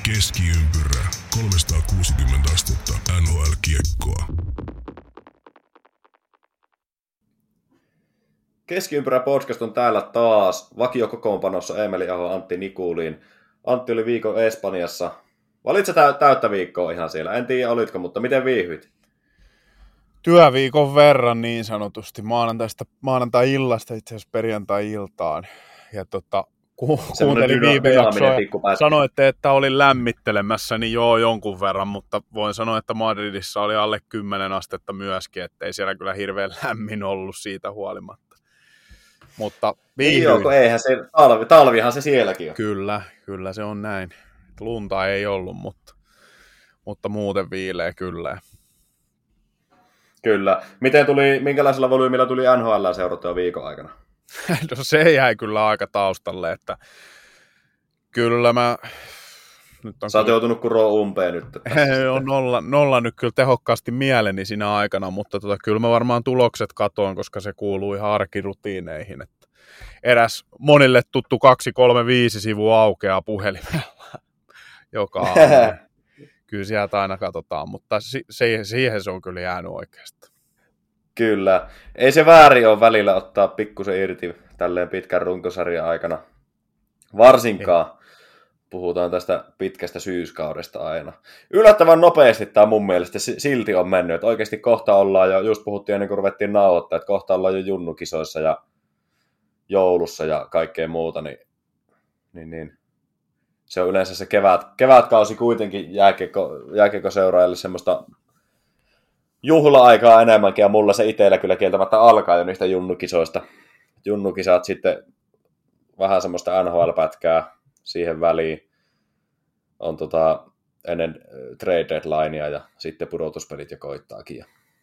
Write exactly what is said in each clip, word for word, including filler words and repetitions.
Keskiympyrä, kolmesataakuusikymmentä astetta N H L-kiekkoa. Keskiympyrä podcast on täällä taas. Vakiokokoonpanossa Eemeli Aho, Antti Nikulin. Antti oli viikon Espanjassa. Valitse täyttä viikkoa ihan siellä. En tiedä olitko, mutta miten viihyit? Työviikon verran niin sanotusti. Maanantaista, maanantai-illasta itse asiassa perjantai-iltaan. Ja tota, ku, kuuntelin viime jaksoa ja sanoitte, että olin lämmittelemässä, niin joo jonkun verran, mutta voin sanoa, että Madridissa oli alle kymmenen astetta myöskin, ettei siellä kyllä hirveän lämmin ollut siitä huolimatta. Mutta viihdyin. Joo, kun eihän se, talvi, talvihan se sielläkin on. Kyllä, kyllä se on näin. Lunta ei ollut, mutta, mutta muuten viileä kyllä. Kyllä. Miten tuli, minkälaisella volyymilla tuli N H L seurattua viikon aikana? No se jäi kyllä aika taustalle, että kyllä mä... Nyt on Sä oot kyllä... joutunut kuroon umpeen nyt. on nolla, nolla nyt kyllä tehokkaasti mieleni siinä aikana, mutta tota, kyllä mä varmaan tulokset katoin, koska se kuuluu ihan arkirutiineihin. Että eräs monille tuttu kaksi kolme viisi sivua aukeaa puhelimella joka aamu. Kyllä sieltä aina katsotaan, mutta si- se, siihen se on kyllä jäänyt oikeastaan. Kyllä. Ei se väärin ole välillä ottaa pikkusen irti tälleen pitkän runkosarjan aikana. Varsinkaan Ei. puhutaan tästä pitkästä syyskaudesta aina. Yllättävän nopeasti tämä mun mielestä silti on mennyt. Että oikeasti kohta ollaan jo, just puhuttiin ennen kuin ruvettiin nauhoittaa, että kohta ollaan jo junnukisoissa ja joulussa ja kaikkea muuta. Niin, niin, niin. Se on yleensä se kevät, kevätkausi kuitenkin jääkiekko, jääkiekko-seuraajalle semmoista juhla-aikaa enemmänkin, ja mulla se itsellä kyllä kieltämättä alkaa jo niistä junnukisoista. Junnukisat sitten vähän semmoista N H L-pätkää siihen väliin. On tota, ennen trade deadlinea ja sitten pudotuspelit jo koittaakin.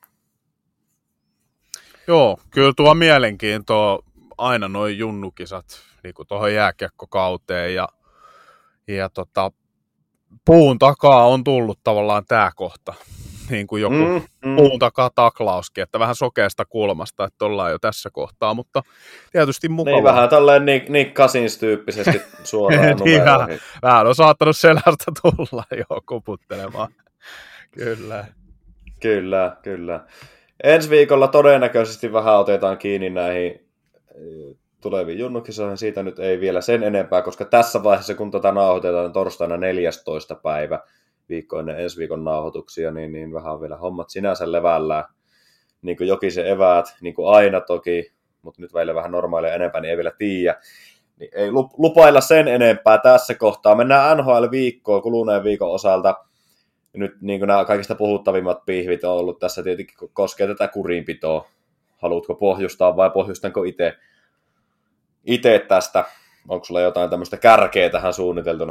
Joo, kyllä tuo mielenkiintoa aina noin junnukisat niin kuin tuohon jääkiekkokauteen ja Ja tota, puun takaa on tullut tavallaan tämä kohta, niin kuin joku mm, mm. puun takaa taklauskin, että vähän sokeasta kulmasta, että ollaan jo tässä kohtaa, mutta tietysti mukavaa. Niin vähän tolleen Nick, Nick Cousins-tyyppisesti suoraan niin, numeroihin. vähän, vähän on saattanut selästä tulla jo kuputtelemaan, kyllä. Kyllä, kyllä. Ensi viikolla todennäköisesti vähän otetaan kiinni näihin tuleviin junnukisoihin, siitä nyt ei vielä sen enempää, koska tässä vaiheessa, kun tätä nauhoitetaan torstaina neljästoista päivä viikko ennen ensi viikon nauhoituksia, niin, niin vähän on vielä hommat sinänsä levällään. Niin kuin Jokisen eväät, niin kuin aina toki, mutta nyt välillä vähän normaalia enempää, niin ei vielä tiedä. Niin ei lupailla sen enempää tässä kohtaa. Mennään N H L-viikkoon kuluneen viikon osalta. Nyt niin kuin nämä kaikista puhuttavimmat pihvit on ollut tässä tietenkin, koskee tätä kurinpitoa. Haluatko pohjustaa vai pohjustanko itse? Itse tästä, onko sulla jotain tämmöistä kärkeä tähän suunniteltuna?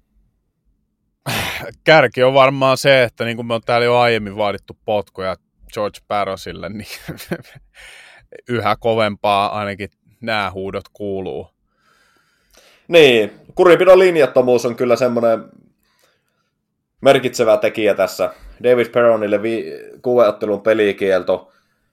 Kärki on varmaan se, että niin kuin me on täällä jo aiemmin vaadittu potkuja George Parrosille, niin yhä kovempaa ainakin nämä huudot kuuluu. Niin, kurinpidon linjattomuus on kyllä semmoinen merkitsevä tekijä tässä. David Perronille vi- kuuden ottelun pelikielto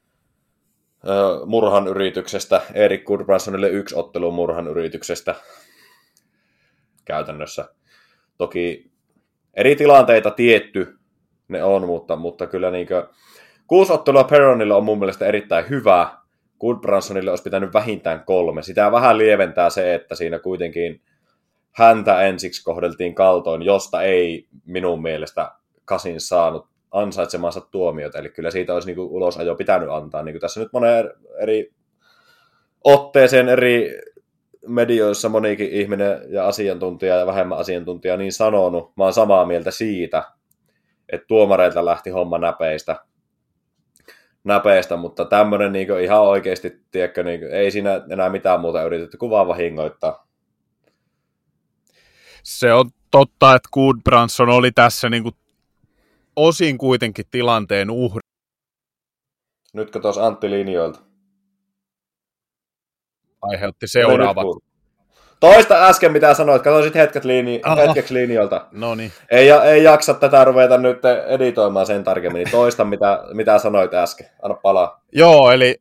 murhan yrityksestä, Erik Goodbransonille yksi ottelu murhan yrityksestä käytännössä. Toki eri tilanteita tietty ne on, mutta, mutta kyllä niinkö kuusi ottelua Perronille on mun mielestä erittäin hyvä. Goodbransonille olisi pitänyt vähintään kolme. Sitä vähän lieventää se, että siinä kuitenkin häntä ensiksi kohdeltiin kaltoin, josta ei minun mielestä Cousins saanut ansaitsemansa tuomiota, eli kyllä siitä olisi niin kuin ulosajo pitänyt antaa. Niin kuin tässä nyt monen eri otteeseen eri medioissa monikin ihminen ja asiantuntija ja vähemmän asiantuntija niin sanonut. Mä oon samaa mieltä siitä, että tuomareilta lähti homma näpeistä, näpeistä mutta tämmöinen niin kuin ihan oikeasti, tiedätkö, niin kuin, ei siinä enää mitään muuta yritetty kuin vaan vahingoittaa. Se on totta, että Goodbranson oli tässä niin kuin osin kuitenkin tilanteen uhri. Nytkö tuossa Antti linjoilta? Aiheutti seuraavat. Toista äsken mitä sanoit, katsoisit hetket linji, hetkeksi linjoilta. Noniin. Ei, ei jaksa tätä ruveta nyt editoimaan sen tarkemmin, niin toista mitä, mitä sanoit äsken. Anna palaa. Joo, eli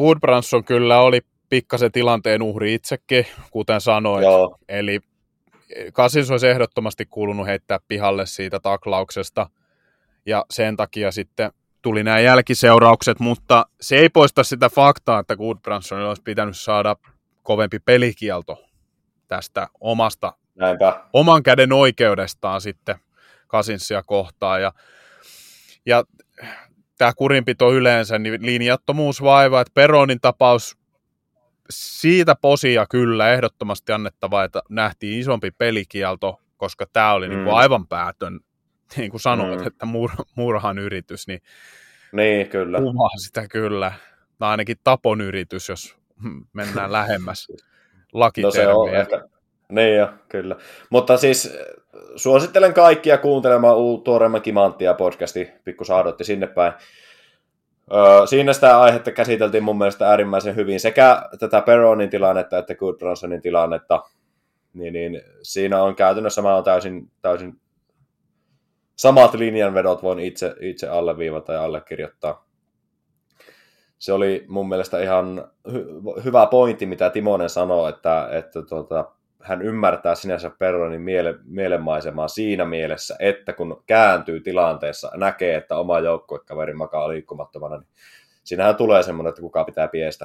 Goodbranson kyllä oli pikkasen tilanteen uhri itsekin, kuten sanoit. Joo. Eli Cousins olisi ehdottomasti kuulunut heittää pihalle siitä taklauksesta, ja sen takia sitten tuli nämä jälkiseuraukset, mutta se ei poista sitä faktaa, että Goodbransonilla olisi pitänyt saada kovempi pelikielto tästä omasta, Näinpä. oman käden oikeudestaan sitten Cousinsia kohtaan, ja, ja tämä kurinpito yleensä, niin linjattomuus vaivaa, että Perronin tapaus, siitä posia kyllä ehdottomasti annettava, että nähtiin isompi pelikielto, koska tämä oli mm. niin kuin aivan päätön, niin kuin sanoit, mm. että mur- murhan yritys, niin, niin kyllä. kuvaa sitä kyllä. Tai ainakin tapon yritys, jos mennään lähemmäs lakitermiä. No se on ehkä, niin jo, kyllä. Mutta siis suosittelen kaikkia kuuntelemaan tuoreemman Kimanttia podcasti, pikku saadotti sinne päin. Öö, siinä sitä aihetta käsiteltiin mun mielestä äärimmäisen hyvin, sekä tätä Perronin tilannetta että Goodbransonin tilannetta, niin, niin siinä on käytännössä, mä oon täysin, täysin samat linjanvedot voin itse, itse alleviivata ja allekirjoittaa. Se oli mun mielestä ihan hy- hyvä pointti, mitä Timonen sanoi, että, että tuota, hän ymmärtää sinänsä Perronin miele, mielenmaisemaa siinä mielessä, että kun kääntyy tilanteessa, näkee, että oma joukkuekaveri makaa liikkumattomana, niin siinähän tulee semmoinen, että kuka pitää piestä.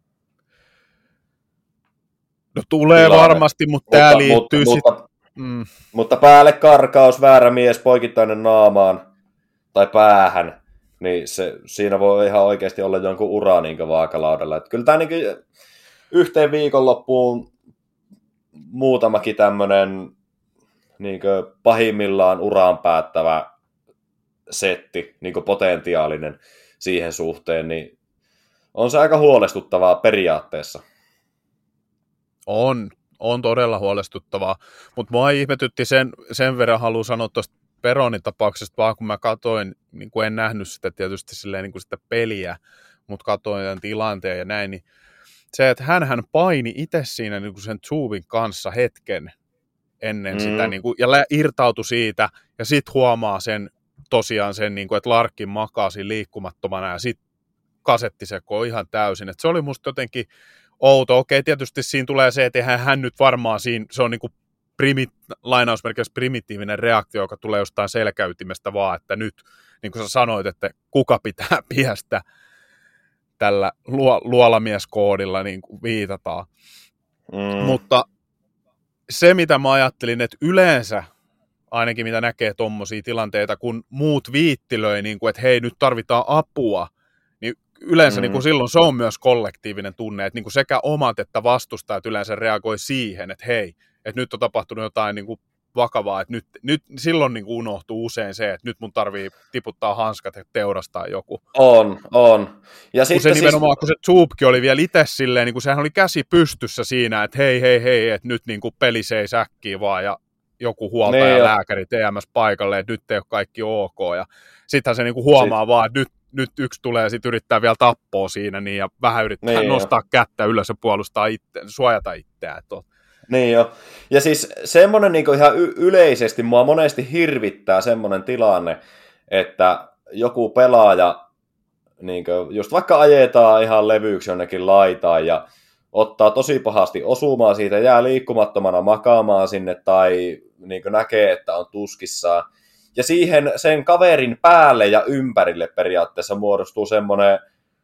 No tulee tilanne. Varmasti, mutta, mutta tämä liittyy mutta, sitten... Mutta, mm. mutta päälle karkaus, väärä mies, poikittainen naamaan tai päähän, niin se, siinä voi ihan oikeasti olla jonkun ura niin vaakalaudella. Että kyllä tämä niin yhteen viikonloppuun muutamakin tämmöinen niin pahimmillaan uraan päättävä setti, niin potentiaalinen siihen suhteen, niin on se aika huolestuttavaa periaatteessa. On, on todella huolestuttavaa, mutta mua ihmetytti sen, sen verran, haluan sanoa tuosta Perronin tapauksesta, vaan kun mä katsoin, niin kuin en nähnyt sitä tietysti silleen, niin kuin sitä peliä, mutta katsoin tämän tilanteen ja näin, niin se, että hänhän paini itse siinä niin kuin sen Zubin kanssa hetken ennen mm. sitä, niin kuin, ja irtautui siitä, ja sitten huomaa sen tosiaan sen, niin kuin, että Larkin makaa siinä liikkumattomana, ja sitten kasetti sekoo ihan täysin. Et se oli musta jotenkin outo. Okei, tietysti siinä tulee se, että eihän hän nyt varmaan siinä, se on niin kuin primit, lainausmerkeissä primitiivinen reaktio, joka tulee jostain selkäytimestä vaan, että nyt, niin kuin sä sanoit, että kuka pitää piestä, tällä luo, luolamieskoodilla niin kuin viitataan. Mm. Mutta se, mitä mä ajattelin, että yleensä, ainakin mitä näkee tommosia tilanteita, kun muut viittilöi, niin kuin, että hei, nyt tarvitaan apua, niin yleensä mm. niin kuin silloin se on myös kollektiivinen tunne, että niin kuin sekä omat että vastustajat yleensä reagoi siihen, että hei, että nyt on tapahtunut jotain niin kuin vakavaa, että nyt, nyt silloin niin kuin unohtuu usein se, että nyt mun tarvii tiputtaa hanskat ja teurastaa joku. On, on. Ja kun se nimenomaan, siis... kun se Zubki oli vielä itse silleen, niin kuin sehän oli käsi pystyssä siinä, että hei, hei, hei, että nyt niin kuin peli seis äkkiä vaan ja joku huoltaja ja lääkäri T M S paikalle, että nyt ei ole kaikki ok. Ja sittenhän se niin kuin huomaa Sit... vaan, että nyt, nyt yksi tulee ja sitten yrittää vielä tappoa siinä niin, ja vähän yrittää niin nostaa jo. kättä ylös ja puolustaa itse, suojata itseään. Niin jo. Ja siis semmoinen niin kuin ihan y- yleisesti mua monesti hirvittää semmoinen tilanne, että joku pelaaja niin kuin just vaikka ajetaan ihan levyyksi jonnekin laitaan ja ottaa tosi pahasti osumaan siitä, jää liikkumattomana makaamaan sinne tai niin kuin näkee, että on tuskissaan. Ja siihen sen kaverin päälle ja ympärille periaatteessa muodostuu semmoinen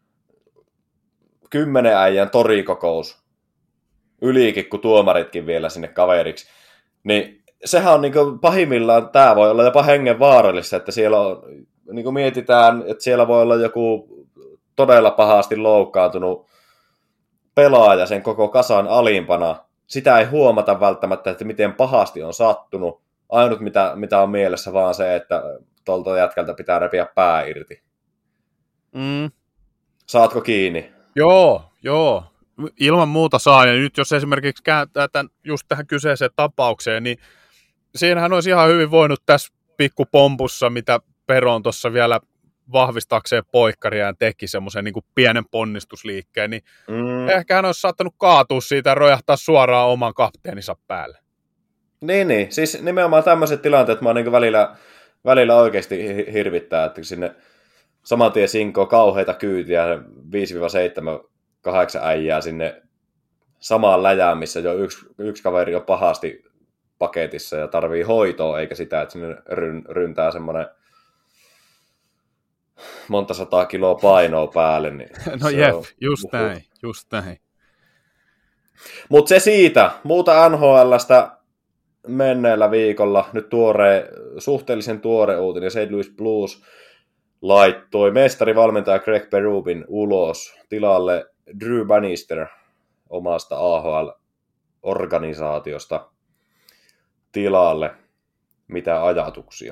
kymmenen äijän torikokous. Ylikin, kun tuomaritkin vielä sinne kaveriksi. Niin sehän on niin kuin pahimmillaan, tämä voi olla jopa hengenvaarallista, että siellä on, niin kuin mietitään, että siellä voi olla joku todella pahasti loukkaantunut pelaaja sen koko kasan alimpana. Sitä ei huomata välttämättä, että miten pahasti on sattunut. Ainut, mitä, mitä on mielessä, vaan se, että tuolta jätkältä pitää repiä pää irti. Mm. Saatko kiinni? Joo, joo. Ilman muuta saa, ja nyt jos esimerkiksi kääntää tämän just tähän kyseiseen tapaukseen, niin siinähän olisi ihan hyvin voinut tässä pikkupompussa, mitä Perron tuossa vielä vahvistaakseen poikkariaan teki semmoisen niin kuin pienen ponnistusliikkeen, niin mm. ehkä hän olisi saattanut kaatua siitä ja rojahtaa suoraan oman kapteeninsa päälle. Niin, niin. Siis nimenomaan tämmöiset tilanteet mä niin välillä, välillä oikeasti hirvittää, että sinne saman tien sinkoo kauheita kyytiä, viisi seitsemän kahdeksan äijää sinne samaan läjään, missä jo yksi, yksi kaveri on pahasti paketissa ja tarvii hoitoa, eikä sitä, että sinne ryn, ryntää semmoinen monta sataa kiloa painoa päälle. Niin no jep, just uhuh. näin, just näin. Mutta se siitä, muuta N H L:stä menneellä viikolla, nyt tuore, suhteellisen tuore uutinen, Saint Louis Blues laittoi mestarivalmentaja Greg Berubin ulos tilalle Drew Bannister omasta A H L-organisaatiosta tilalle. Mitä ajatuksia?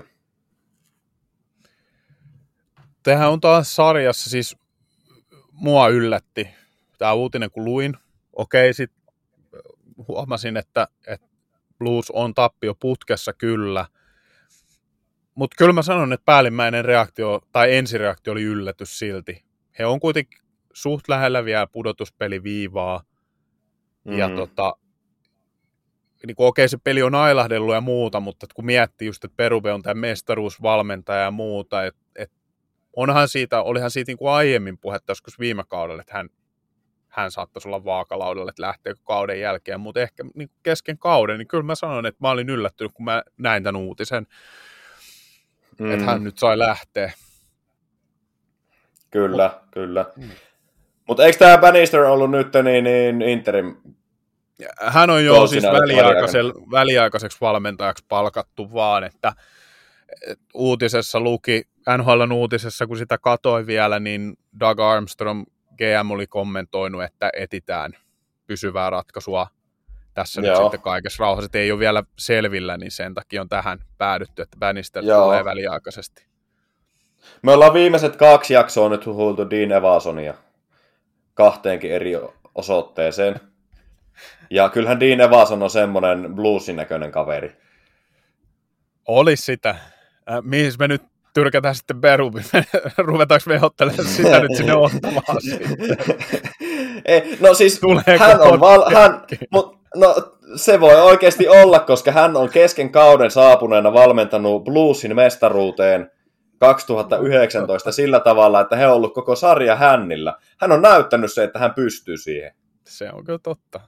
Tämähän on taas sarjassa, siis mua yllätti tämä uutinen, kun luin. Okei, sitten huomasin, että, että Blues on tappio putkessa kyllä. Mutta kyllä mä sanon, että päällimmäinen reaktio, tai ensireaktio oli yllätys silti. He on kuitenkin suht lähellä vielä pudotuspeliviivaa. Mm. Ja tota, niin okei, se peli on ailahdellut ja muuta, mutta kun miettii just, että Berube on tämä mestaruusvalmentaja ja muuta, että et onhan siitä, olihan siitä niin kuin aiemmin puhetta joskus viime kaudella, että hän, hän saattaisi olla vaakalaudella, että lähteekö kauden jälkeen, mutta ehkä niin kesken kauden, niin kyllä mä sanon, että mä olin yllättynyt, kun mä näin tämän uutisen, mm. että hän nyt sai lähteä. Kyllä, Mut, kyllä. Mm. Mutta eikö tämä Bannister ollut nyt niin, niin interim? Hän on jo siis väliaikaiseksi valmentajaksi palkattu vaan, että et uutisessa luki, N H L:n uutisessa, kun sitä katoi vielä, niin Doug Armstrong G M oli kommentoinut, että etitään pysyvää ratkaisua tässä Joo. nyt sitten kaikessa rauhassa. Että ei ole vielä selvillä, niin sen takia on tähän päädytty, että Bannister Joo. tulee väliaikaisesti. Me ollaan viimeiset kaksi jaksoa nyt huultu Dean Evasonia kahteenkin eri osoitteeseen. Ja kyllähän Dean Evason on semmoinen bluesin näköinen kaveri. Olisi sitä. Äh, mihin me nyt tyrkätään sitten Berubin? Ruvetaanko me ottelemaan sitä nyt sinne ottamaan Ei, no siis Tuleeko hän on val- hän, mut, no, se voi oikeasti olla, koska hän on kesken kauden saapuneena valmentanut bluesin mestaruuteen kaksituhattayhdeksäntoista sillä tavalla, että he on ollut koko sarja hännillä. Hän on näyttänyt se, että hän pystyy siihen. Se on kyllä totta.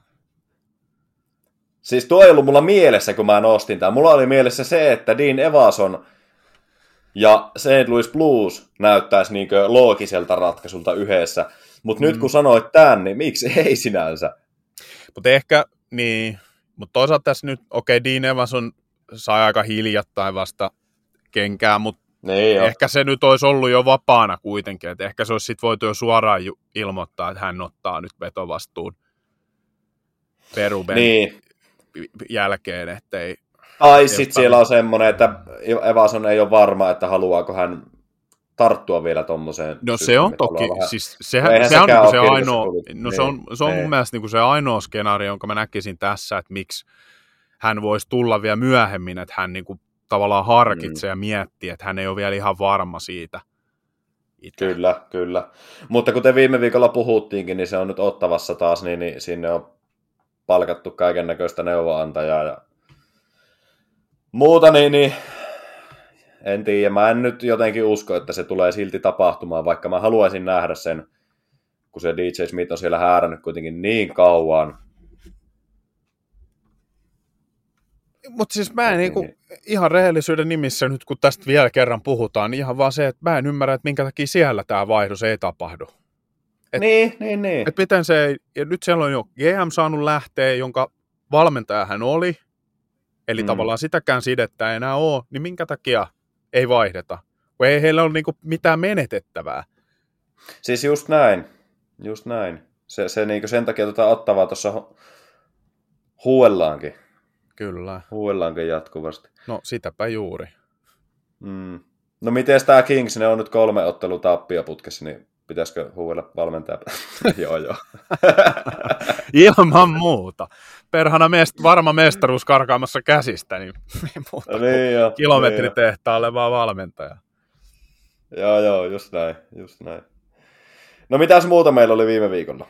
Siis tuo ei ollut mulla mielessä, kun mä nostin tämän. Mulla oli mielessä se, että Dean Evason ja Saint Louis Blues näyttäisi niinkö loogiselta ratkaisulta yhdessä. Mutta mm. nyt kun sanoit tämän, niin miksi ei sinänsä? Mutta ehkä, niin, mutta toisaalta tässä nyt, okei, okay, Dean Evason sai aika hiljattain vasta kenkää, mutta niin ehkä se nyt olisi ollut jo vapaana kuitenkin, että ehkä se olisi sitten voitu jo suoraan ilmoittaa, että hän ottaa nyt vetovastuun Beruben niin. jälkeen, ettei... Ai sitten siellä on semmoinen, että Evason ei ole varma, että haluaako hän tarttua vielä tommoseen. No se on toki, siis sehän, sehän se on se ainoa, no se on, se on mun mielestä niin kuin se ainoa skenaario, jonka mä näkisin tässä, että miksi hän voisi tulla vielä myöhemmin, että hän niin kuin tavallaan harkitsee mm. ja miettii, että hän ei ole vielä ihan varma siitä. Itse. Kyllä, kyllä. Mutta kuten viime viikolla puhuttiinkin, niin se on nyt Ottavassa taas, niin, niin sinne on palkattu kaiken näköistä neuvoantajaa ja muuta, niin, niin en tiedä. Mä en nyt jotenkin usko, että se tulee silti tapahtumaan, vaikka mä haluaisin nähdä sen, kun se D J Smith on siellä häärännyt kuitenkin niin kauan. Mutta siis mä en niinku, ihan rehellisyyden nimissä nyt, kun tästä vielä kerran puhutaan, niin ihan vaan se, että mä en ymmärrä, että minkä takia siellä tämä vaihdos ei tapahdu. Et, niin, niin, niin. Et miten se, ja nyt siellä on jo G M saanut lähteä, jonka valmentaja hän oli, eli mm. tavallaan sitäkään sidettä ei enää ole, niin minkä takia ei vaihdeta? Kun ei heillä ole niinku mitään menetettävää. Siis just näin, just näin. Se, se niinku sen takia tota Ottavaa tuossa huuellaankin. Kyllä. Huuellaankin jatkuvasti. No sitäpä juuri. Mm. No miten tämä Kings, ne on nyt kolme ottelu tappioputkessa, niin pitäisikö huuella valmentaa? joo, joo. Ilman muuta. Perhana mest- varma mestaruus karkaamassa käsistä, niin ei muuta niin jo, kilometritehtaalle niin vaan valmentaja. Joo, joo, just näin, just näin. No mitäs muuta meillä oli viime viikolla?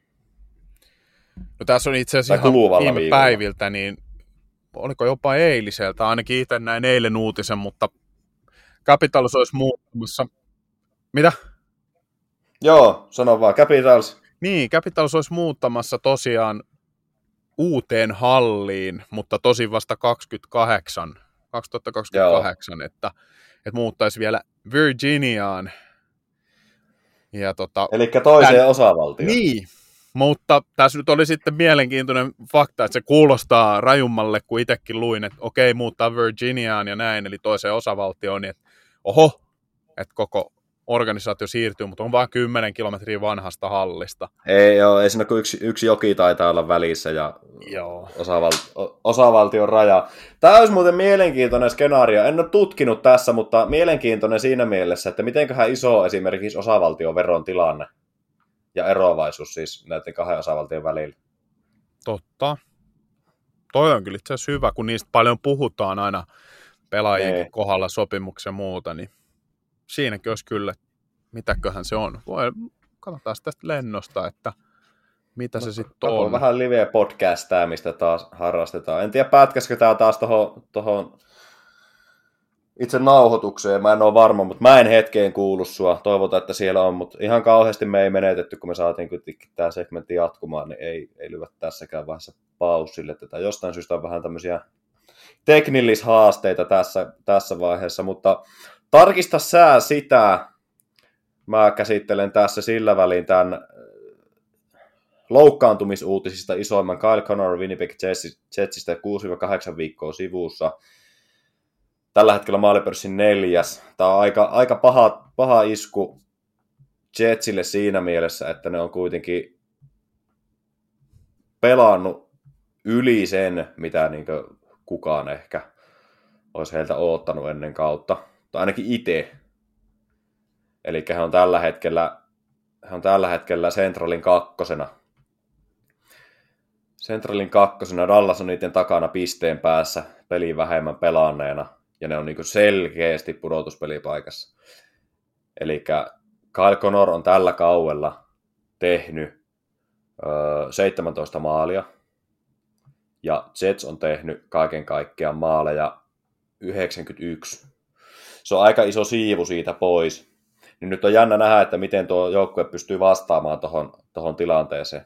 No tässä on itse asiassa ihan viime viikolla. Päiviltä, niin oliko jopa eiliseltä, ainakin itse näin eilen uutisen, mutta Capitals olisi muuttamassa. Mitä? Joo, sano vaan, Capitals. Niin, Capitals olisi muuttamassa tosiaan uuteen halliin, mutta tosin vasta kaksikymmentäkahdeksan, kaksituhattakaksikymmentäkahdeksan, että, että muuttaisi vielä Virginiaan. Ja tota, eli toiseen tämän, osavaltioon. Niin, mutta tässä nyt oli sitten mielenkiintoinen fakta, että se kuulostaa rajummalle, kun itsekin luin, että okei, muuttaa Virginiaan ja näin, eli toiseen osavaltioon, niin että oho, että koko organisaatio siirtyy, mutta on vain kymmenen kilometriä vanhasta hallista. Ei joo, ei siinä kuin yksi, yksi joki taitaa olla välissä ja joo. Osaval- osavaltion raja. Tämä olisi muuten mielenkiintoinen skenaario. En ole tutkinut tässä, mutta mielenkiintoinen siinä mielessä, että mitenköhän iso esimerkiksi osavaltion veron tilanne ja eroavaisuus siis näiden kahden osavaltion välillä. Totta. Toi on kyllä itse asiassa hyvä, kun niistä paljon puhutaan aina pelaajien kohdalla sopimuksen ja muuta, niin siinäkin olisi kyllä, mitäköhän se on. Voi, katsotaan tästä lennosta, että mitä no, se sitten on. Vähän live-podcastaa, mistä taas harrastetaan. En tiedä, päätkäskö tämä taas tuohon tohon itse nauhoitukseen. Mä en ole varma, mutta mä en hetkeen kuulu sua. Toivotaan, että siellä on, mutta ihan kauheasti me ei menetetty, kun me saatiin kuitenkin tämä segmentti jatkumaan, niin ei, ei lyvä tässäkään vaiheessa paussille tätä. Jostain syystä on vähän tämmöisiä teknillishaasteita tässä, tässä vaiheessa, mutta tarkista sä sitä. Mä käsittelen tässä sillä välin tämän loukkaantumisuutisista isoimman Kyle Connor Winnipeg Jetsistä kuusi kahdeksan viikkoa sivussa. Tällä hetkellä maalipörssin neljäs. Tämä on aika, aika paha, paha isku Jetsille siinä mielessä, että ne on kuitenkin pelannut yli sen, mitä niin kukaan ehkä olisi heiltä oottanut ennen kautta. Tai ainakin itse. Eli he on tällä hetkellä, he on tällä hetkellä Centralin kakkosena. Centralin kakkosena, Dallas on niiden takana pisteen päässä peliin vähemmän pelanneena. Ja ne on niin selkeästi pudotuspelipaikassa. Eli Kyle Connor on tällä kaudella tehnyt öö, seitsemäntoista maalia. Ja Jets on tehnyt kaiken kaikkiaan maaleja yhdeksänkymmentäyksi. Se on aika iso siivu siitä pois. Niin nyt on jännä nähdä, että miten tuo joukkue pystyy vastaamaan tohon, tohon tilanteeseen.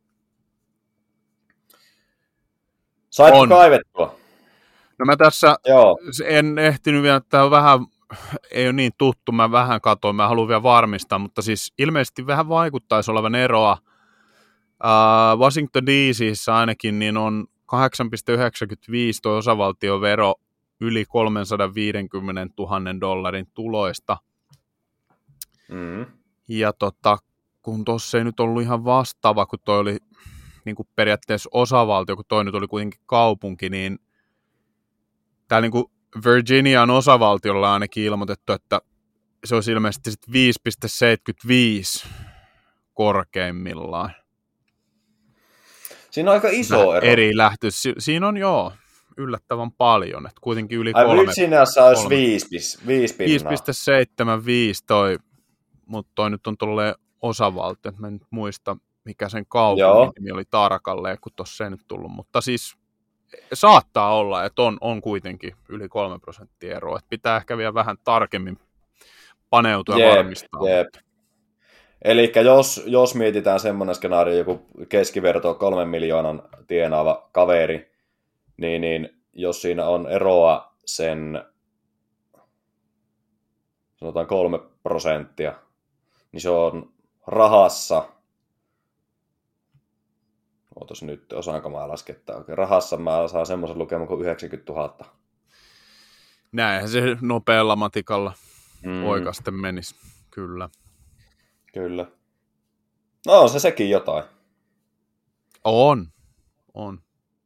Saitko on kaivettua? No mä tässä Joo. en ehtinyt vielä, että on vähän, ei ole niin tuttu, mä vähän katoin, mä haluan vielä varmistaa, mutta siis ilmeisesti vähän vaikuttaisi olevan eroa. Uh, Washington D C:ssä ainakin niin on kahdeksan pilkku yhdeksänkymmentäviisi tuo osavaltiovero yli kolmesataaviisikymmentätuhatta dollarin tuloista. Mm. Ja tota, kun tuossa ei nyt ollut ihan vastaava, kun toi oli niin kuin periaatteessa osavaltio, kun toi nyt oli kuitenkin kaupunki, niin täällä niin kuin Virginian osavaltiolla on ainakin ilmoitettu, että se olisi ilmeisesti sit viisi pilkku seitsemänkymmentäviisi korkeimmillaan. Siinä on aika iso ero. Eri lähtö. Si- siinä on joo, yllättävän paljon, että kuitenkin yli Ai, kolme. Ai Virginiassa olisi viisi, viisi pinnaa. viisi pilkku seitsemänkymmentäviisi toi, mutta toi nyt on tolleen osavaltio, että mä en nyt muista, mikä sen kaupungin nimi oli tarkalleen, kun tossa ei nyt tullut, mutta siis saattaa olla, että on, on kuitenkin yli kolme prosenttia eroa, että pitää ehkä vielä vähän tarkemmin paneutua ja varmistaa. Jep. Eli jos, jos mietitään semmoinen skenaario, joku keskiverto kolmen miljoonan tienaava kaveri, niin, niin jos siinä on eroa sen, sanotaan kolme prosenttia, niin se on rahassa, ootas nyt, osaanko mä laskettaa oikein, rahassa mä saan semmoisen lukeman kuin yhdeksänkymmentätuhatta. Näinhän se nopealla matikalla mm. oikasten menisi, kyllä. Kyllä. No on se sekin jotain. On, on.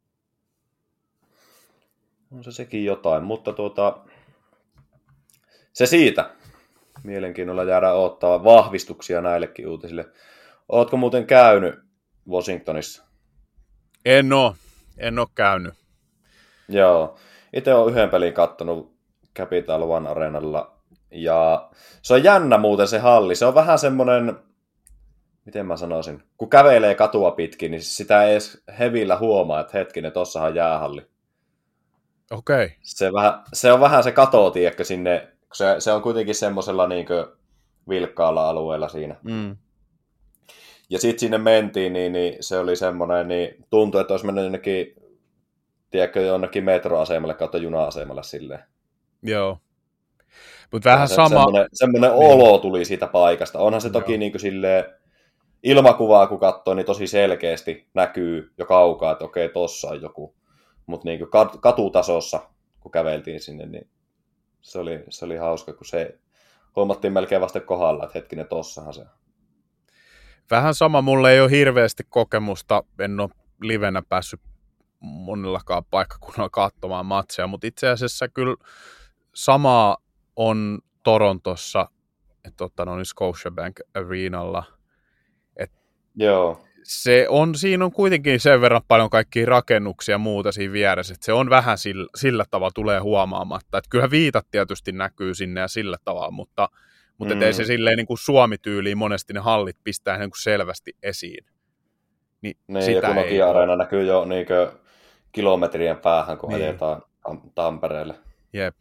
On se sekin jotain, mutta tuota, se siitä. Mielenkiinnolla jäädään odottaa vahvistuksia näillekin uutisille. Ootko muuten käynyt Washingtonissa? En oo, en oo käynyt. Joo, itse olen yhden pelin kattonut Capital One Arenalla. Ja se on jännä muuten se halli. Se on vähän semmoinen, miten mä sanoisin, kun kävelee katua pitkin, niin sitä ei edes hevillä huomaa, että hetkinen, tossahan on jäähalli. Okei. Okay. Se, vähän, se on vähän se kato, tiedätkö, sinne, se, se on kuitenkin semmoisella niin kuin vilkkaalla alueella siinä. Mm. Ja sitten sinne mentiin, niin, niin se oli semmoinen, niin tuntui, että olisi mennyt jonnekin, tiedätkö, jonnekin metroasemalle kautta juna-asemalle silleen. Joo. Mutta vähän se, sama... Semmoinen, semmoinen niin. olo tuli siitä paikasta. Onhan se toki niin kuin silleen, ilmakuvaa kun katsoo, niin tosi selkeästi näkyy jo kaukaa, että okei, tossa on joku. Mutta niin kuin katutasossa, kun käveltiin sinne, niin se oli, se oli hauska, kun se huomattiin melkein vasta kohdalla, että hetkinen, tossahan se on. Vähän sama, mulle ei ole hirveästi kokemusta, en ole livenä päässyt monillakaan paikkakunnalla katsomaan matseja, mutta itse asiassa kyllä samaa on Torontossa, että no, niin Scotiabank Arenalla. Et Joo. Se on, siinä on kuitenkin sen verran paljon kaikkia rakennuksia ja muuta siinä vieressä, että se on vähän sillä, sillä tavalla tulee huomaamatta. Että kyllä viitat tietysti näkyy sinne ja sillä tavalla, mutta, mutta mm. ei se silleen niin kuin Suomi-tyyliin monesti ne hallit pistää niin kuin selvästi esiin. Niin, niin sitä ja kun Nokia-areena näkyy jo niin kilometrien päähän, kun niin. ajetaan Tampereelle. Jep.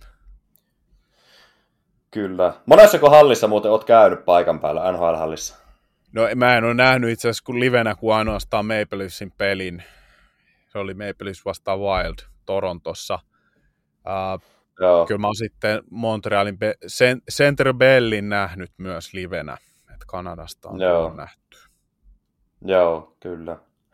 Kyllä. Monessako hallissa muuten olet käynyt paikan päällä, N H L-hallissa? No mä en ole nähnyt itse asiassa kun livenä kuin ainoastaan Maple Leafsin pelin. Se oli Maple Leafs vastaan Wild Torontossa. Uh, kyllä mä oon sitten Montrealin Be- Center Bellin nähnyt myös livenä. Että Kanadasta on Joo. nähty. Joo, kyllä.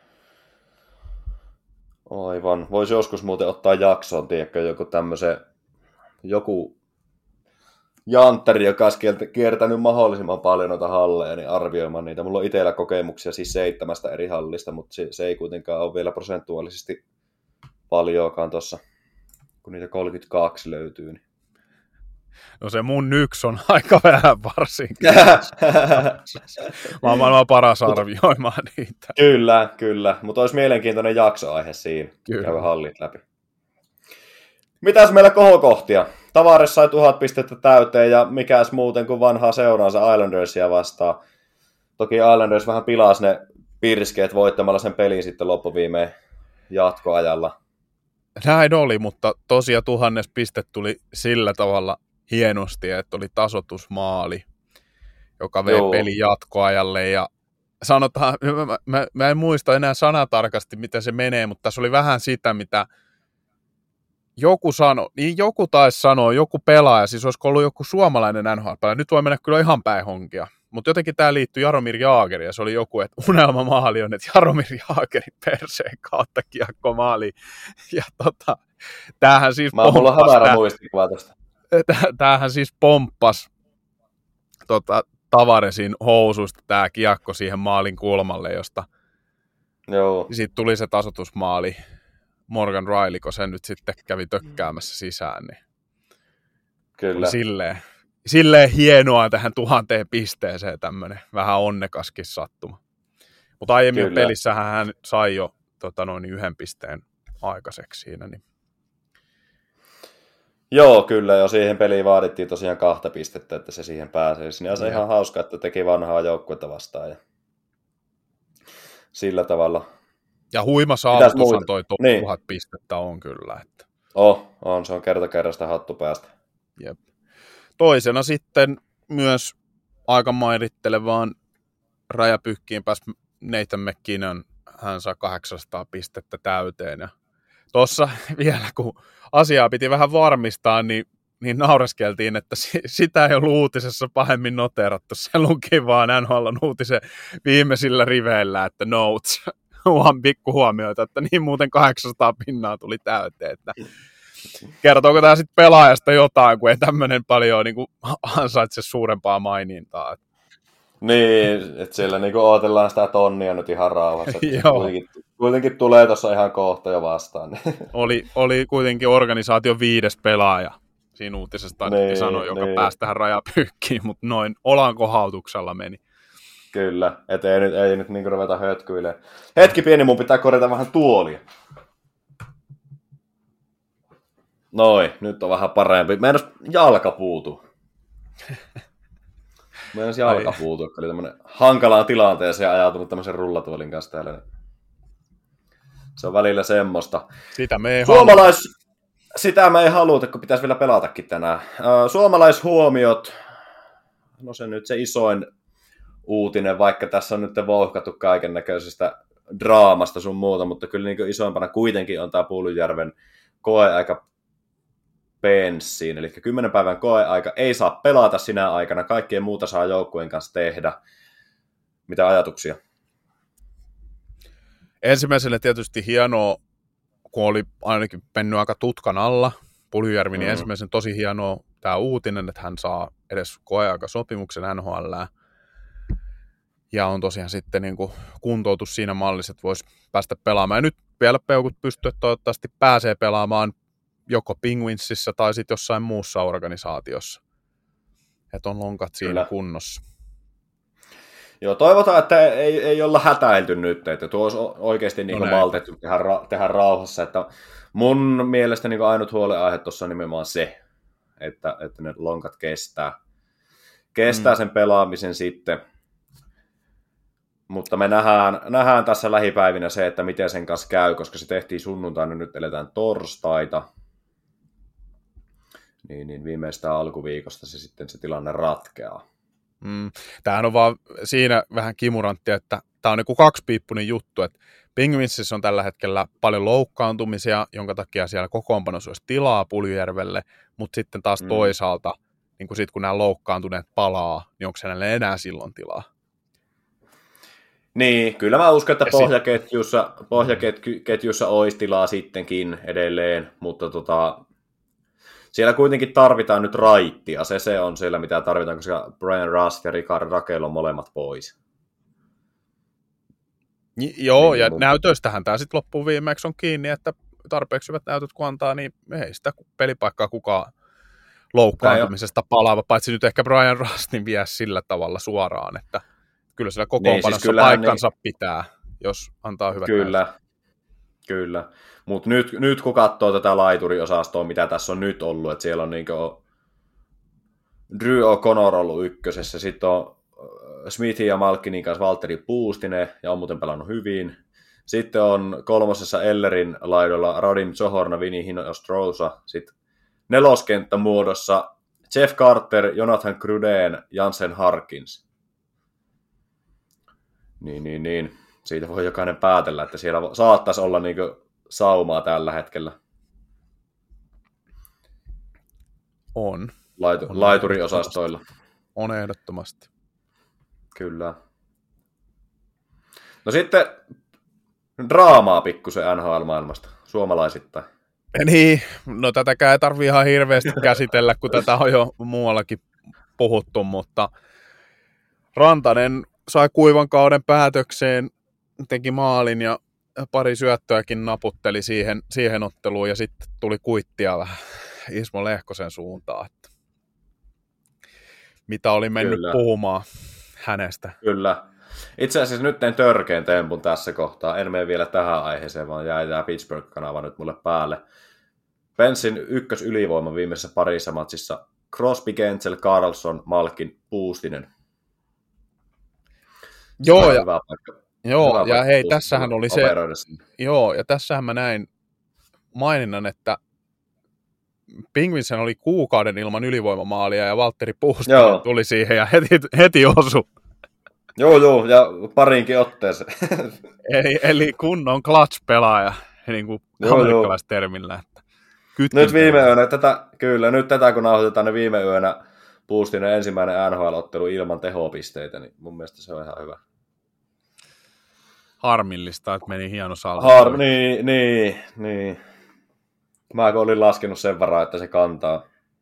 Aivan. Voisi joskus muuten ottaa jakson, tiedätkö, joku tämmöisen, joku jantteri, joka olisi kiertänyt mahdollisimman paljon noita halleja, niin arvioimaan niitä. Mulla on itsellä kokemuksia siis seitsemästä eri hallista, mutta se, se ei kuitenkaan ole vielä prosentuaalisesti paljoakaan tuossa, kun niitä kolmekymmentäkaksi löytyy. Niin. No se mun yksi on aika vähän varsinkin. Mä oon maailman paras arvioimaan niitä. Kyllä, kyllä. Mutta olisi mielenkiintoinen jaksoaihe siinä. Kyllä. Käydä hallit läpi. Mitäs meillä kohokohtia? Tavares sai tuhat pistettä täyteen ja mikäs muuten kuin vanhaa seuraansa Islandersia vastaan. Toki Islanders vähän pilasi ne pirskeet voittamalla sen pelin sitten loppuviimeen jatkoajalla. Näin oli, mutta tosiaan tuhannes piste tuli sillä tavalla hienosti, että oli tasoitusmaali, joka vei Joo. pelin jatkoajalle. Ja sanotaan, mä, mä, mä en muista enää sanatarkasti, miten se menee, mutta tässä oli vähän sitä, mitä joku sanoi, niin joku taisi sanoa, joku pelaaja, siis olisiko ollut joku suomalainen N H L-pelaaja, nyt voi mennä kyllä ihan päin honkia, mutta jotenkin tämä liittyy Jaromir Jaageriin, ja se oli joku, että unelmamaali on, että Jaromir Jaagerin perseen kautta kiekko maali, ja tota, tämähän siis Mä mulla on hämärä muistikuva tästä. Tämähän siis pomppasi tota, Tavaresin housuista tämä kiekko siihen maalin kulmalle, josta Joo. sitten tuli se tasoitusmaali. Morgan Rielly, kun se nyt sitten kävi tökkäämässä sisään, niin Kyllä. Silleen, silleen hienoa tähän tuhanteen pisteeseen tämmöinen vähän onnekaskin sattuma. Mutta aiemmin Kyllä. pelissähän hän sai jo tota, noin yhden pisteen aikaiseksi siinä. Niin. Joo, kyllä, jo siihen peliin vaadittiin tosiaan kahta pistettä, että se siihen pääsee. Niin on se ihan hauska, että teki vanhaa joukkuetta vastaan ja sillä tavalla. Ja huima saavutushan toi niin. tuhat pistettä on kyllä. Että. Oh, on, se on kerta kerrasta hattu päästä. Jep. Toisena sitten myös aika mairittelevaan rajapykkiin pääsi Nathan McKinnon. Hän saa kahdeksansataa pistettä täyteen. Ja tuossa vielä, kun asiaa piti vähän varmistaa, niin, niin naureskeltiin, että sitä ei ollut uutisessa pahemmin noteerattu. Se luki vaan N H L:n uutisen viimeisillä riveillä, että notes. Vaan pikku huomioita, että niin muuten kahdeksansataa pinnaa tuli täyteen. Että kertooko tämä sitten pelaajasta jotain, kun ei tämmöinen paljon niin kuin ansaitse suurempaa mainintaa. Niin, että siellä niin odotellaan sitä tonnia nyt ihan rauhassa. kuitenkin, kuitenkin tulee tuossa ihan kohta jo vastaan. oli, oli kuitenkin organisaation viides pelaaja siinä uutisessa, niin, sanoi, joka niin. pääsi tähän rajapyykkiin, mutta noin olankohautuksella meni. Kyllä, et ei nyt, ei nyt niin ruveta hötkyilemään. Hetki pieni, mun pitää korjata vähän tuolia. Noin, nyt on vähän parempi. Meidän jalka puutu. Meidän jalka puutu, joka oli tämmönen hankalaan tilanteeseen ajautunut tämmöisen rullatuolin kanssa täällä. Se on välillä semmoista. Sitä me ei Suomalais... Sitä me ei haluta, kun pitäisi vielä pelatakin tänään. Suomalaishuomiot. No se nyt se isoin uutinen, vaikka tässä on nyt vouhkattu kaiken näköisestä draamasta sun muuta, mutta kyllä niin isoimpana kuitenkin on tämä Puulyjärven koeaika penssiin, eli kymmenen päivän koeaika, ei saa pelata sinä aikana, kaikkien muuta saa joukkueen kanssa tehdä. Mitä ajatuksia? Ensimmäisenä tietysti hienoa, kun oli ainakin mennyt aika tutkan alla, Puulyjärvi, niin mm. ensimmäisen tosi hienoa tämä uutinen, että hän saa edes koeaikasopimuksen N H L. Ja on tosiaan sitten niin kuin kuntoutus siinä mallissa, että voisi päästä pelaamaan. Ja nyt vielä peukut pystyy, että toivottavasti pääsee pelaamaan joko Penguinsissa tai sitten jossain muussa organisaatiossa. Että on lonkat siinä Kyllä. kunnossa. Joo, toivotaan, että ei, ei olla hätäilty nyt, että tuo olisi oikeasti niin no maltettu tehdä, tehdä rauhassa. Että mun mielestä niin ainut huolenaihe tuossa on nimenomaan se, että, että ne lonkat kestää. Kestää mm. sen pelaamisen sitten. Mutta me nähdään, nähdään tässä lähipäivinä se, että miten sen kanssa käy, koska se tehtiin sunnuntaina, nyt eletään torstaita. Niin, niin viimeistään alkuviikosta se sitten se tilanne ratkeaa. Mm. Tämähän on vaan siinä vähän kimurantti, että tämä on niin kaksipiippunen juttu, että Penguinsissä on tällä hetkellä paljon loukkaantumisia, jonka takia siellä kokoonpanossa olisi tilaa Puulyjärvelle, mutta sitten taas mm. toisaalta, niin kun, sit, kun nämä loukkaantuneet palaa, niin onko hänelle enää silloin tilaa? Niin, kyllä mä uskon, että pohjaketjussa, pohjaketjussa olisi tilaa sittenkin edelleen, mutta tota, siellä kuitenkin tarvitaan nyt raittia. Se, se on siellä, mitä tarvitaan, koska Brian Rust ja Rickard Rakell on molemmat pois. J- joo, niin, ja mun... näytöistähän tämä sitten loppuun viimeksi on kiinni, että tarpeeksi hyvät näytöt kun antaa, niin ei sitä pelipaikkaa kukaan loukkaantumisesta palaava, paitsi nyt ehkä Brian Rustin vie sillä tavalla suoraan, että kyllä sillä kokoonpanossa niin, siis paikkansa niin... pitää, jos antaa hyvät Kyllä, näytöt. Kyllä. Mutta nyt, nyt kun katsoo tätä laituriosastoa, mitä tässä on nyt ollut, että siellä on niin kuin Drew O'Connor ollut ykkösessä, sitten on Smithin ja Malkinin kanssa Valtteri Puustinen, ja on muuten pelannut hyvin. Sitten on kolmosessa Ellerin laidolla Radim Zohorna, Vinny Hinostroza, sitten neloskenttä muodossa Jeff Carter, Jonathan Cruden, Jansen Harkins. Niin, niin, niin. Siitä voi jokainen päätellä, että siellä saattaisi olla niin kuin saumaa tällä hetkellä. On. Laitu, on laituriosastoilla. On ehdottomasti. Kyllä. No sitten draamaa pikkusen N H L-maailmasta, suomalaisittain. Niin, no tätäkään ei tarvitse ihan hirveästi käsitellä, kun tätä on jo muuallakin puhuttu, mutta Rantanen sai kuivan kauden päätökseen, teki maalin ja pari syöttöäkin naputteli siihen, siihen otteluun ja sitten tuli kuittia vähän Ismo Lehkosen suuntaan, että mitä oli mennyt Kyllä. puhumaan hänestä. Kyllä. Itse asiassa nyt tein törkeän tempun tässä kohtaa. En mene vielä tähän aiheeseen, vaan jäi tämä Pittsburgh-kanava nyt mulle päälle. Pensin ykkös ylivoima viimeisessä parissa matsissa. Crosby, Gentzel, Carlson, Malkin, Puustinen. Joo, ja, joo, ja hei, tässähän oli se, joo, ja tässähän mä näin maininnan, että Penguinsen oli kuukauden ilman ylivoimamaalia, ja Valtteri Puustinen joo. tuli siihen, ja heti, heti osui. Joo, joo, ja parinkin otteeseen. eli, eli kunnon clutch-pelaaja, niin kuin amerikkalaistermillä. Nyt viime yönä, tätä, kyllä, nyt tätä kun nauhoitetaan, niin viime yönä Puustinen ensimmäinen N H L-ottelu ilman tehopisteitä, niin mun mielestä se on ihan hyvä. Harmillista, että meni hieno saldo. Har- niin, niin, niin. Mä olin laskenut sen varaa, että se kantaa.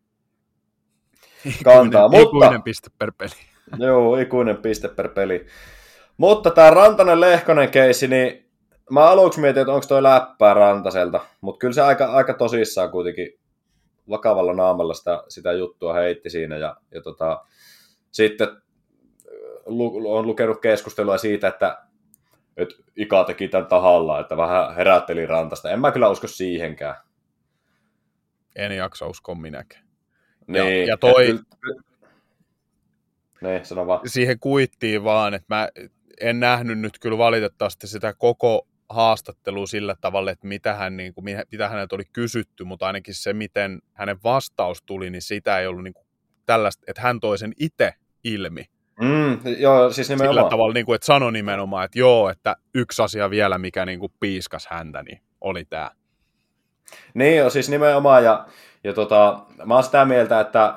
kantaa ikuinen, mutta, ikuinen piste per peli. Joo, ikuinen piste per peli. Mutta tämä Rantanen-Lehkonen keissi, niin mä aluksi mietin, että onko toi läppää Rantaselta, mutta kyllä se aika, aika tosissaan kuitenkin vakavalla naamalla sitä, sitä juttua heitti siinä. Ja, ja tota, sitten lu, on lukenut keskustelua siitä, että, että Ika teki tämän tahalla, että vähän herätteli Rantasta. En mä kyllä usko siihenkään. En jaksa uskoa minäkään. Niin, ja, ja toi... Kyllä, niin, sano vaan. Siihen kuittiin vaan, että mä en nähnyt nyt kyllä valitettavasti sitä koko haastattelua sillä tavalla, että mitä, hän, niin kuin, mitä häneltä oli kysytty, mutta ainakin se, miten hänen vastaus tuli, niin sitä ei ollut niin kuin tällaista, että hän toi sen itse ilmi, Mm, joo, siis nimenomaan. Sillä tavalla, niin kuin, että sano nimenomaan, että joo, että yksi asia vielä, mikä niin kuin piiskas häntä, niin oli tämä. Niin joo, siis nimenomaan, ja, ja tota, mä oon sitä mieltä, että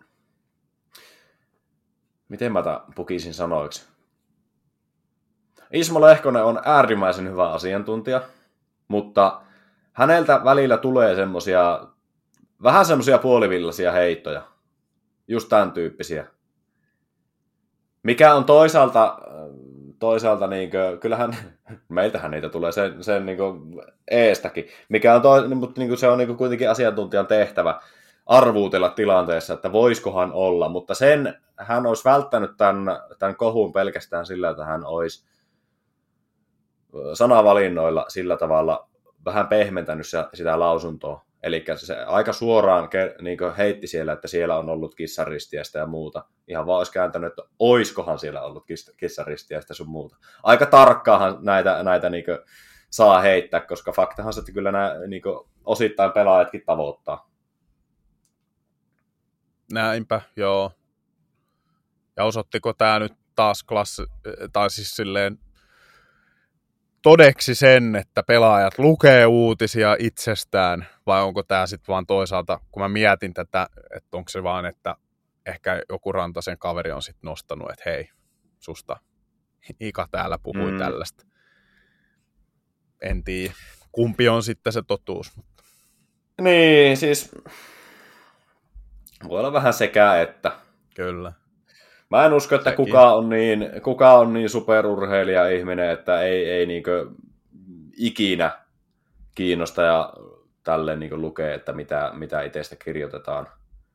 miten mä tämän pukisin sanoiksi? Ismo Lehkonen on äärimmäisen hyvä asiantuntija, mutta häneltä välillä tulee semmosia, vähän semmosia puolivillaisia heittoja, just tämän tyyppisiä. Mikä on toisaalta, toisaalta niinkö, kyllähän meiltähän niitä tulee sen, sen niinkö eestäkin, mikä on to, mutta niinkö se on niinkö kuitenkin asiantuntijan tehtävä arvuutella tilanteessa, että voisikohan olla, mutta sen hän olisi välttänyt tämän, tämän kohun pelkästään sillä, että hän olisi sanavalinnoilla sillä tavalla vähän pehmentänyt sitä lausuntoa. Eli se aika suoraan niin heitti siellä, että siellä on ollut kissaristiäistä ja muuta. Ihan vaan olisi kääntänyt, että oiskohan siellä ollut kissaristiäistä sun muuta. Aika tarkkaahan näitä, näitä niin saa heittää, koska faktahan se, että kyllä nämä niin osittain pelaajatkin tavoittaa. Näinpä, joo. Ja osoittiko tämä nyt taas klassi, tai siis silleen todeksi sen, että pelaajat lukee uutisia itsestään, vai onko tämä sitten vaan toisaalta, kun mä mietin tätä, että onko se vaan, että ehkä joku Rantasen kaveri on sitten nostanut, että hei, susta Ika täällä puhui mm. tällaista. En tiedä, kumpi on sitten se totuus. Niin, siis voi olla vähän sekä että. Kyllä. Mä en usko, että kuka on, niin, kuka on niin superurheilija ihminen, että ei, ei niinkö ikinä kiinnosta ja tälleen niinkö lukee, että mitä, mitä itsestä kirjoitetaan.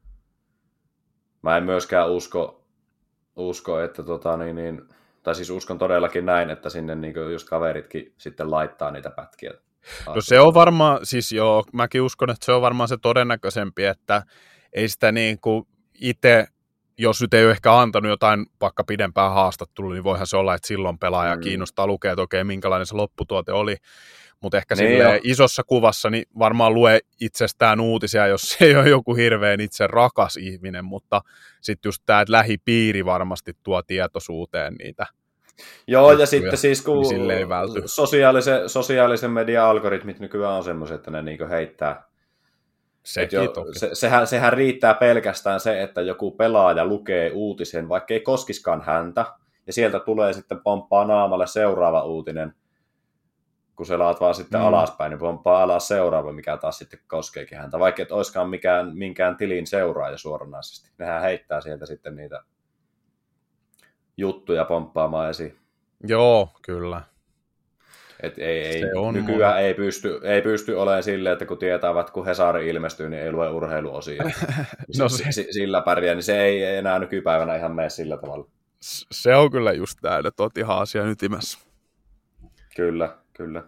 Mä en myöskään usko, usko että tota niin, niin, tai siis uskon todellakin näin, että sinne niinkö just kaveritkin sitten laittaa niitä pätkiä. No se on varmaan, siis joo, mäkin uskon, että se on varmaan se todennäköisempi, että ei sitä niinku itse, jos nyt ei ole ehkä antanut jotain vaikka pidempää haastattelua, niin voihan se olla, että silloin pelaaja mm. kiinnostaa lukea, että okei, minkälainen se lopputuote oli. Mutta ehkä niin isossa kuvassa niin varmaan lue itsestään uutisia, jos se ei ole joku hirveän itse rakas ihminen, mutta sitten just tämä, että lähipiiri varmasti tuo tietoisuuteen niitä. Joo, juttuja, ja sitten siis kun niin sosiaalisen, sosiaalisen median algoritmit nykyään on semmoiset, että ne niinku heittää. Jo, se, sehän, sehän riittää pelkästään se, että joku pelaaja lukee uutisen, vaikka ei koskiskaan häntä, ja sieltä tulee sitten pomppaa naamalle seuraava uutinen, kun se laat vaan sitten mm. alaspäin, niin pomppaa alas seuraava, mikä taas sitten koskeekin häntä, vaikka et olisikaan mikään, minkään tilin seuraaja suoranaisesti. Nehän heittää sieltä sitten niitä juttuja pomppaamaan esiin. Joo, kyllä. Et ei, ei, nykyään ei pysty, ei pysty olemaan silleen, että kun tietää, että kun Hesari ilmestyy, niin ei lue urheiluosia. no se... Sillä pärjää, niin se ei enää nykypäivänä ihan mene sillä tavalla. Se on kyllä just tämä, että olet ihan asian ytimessä. Kyllä, kyllä.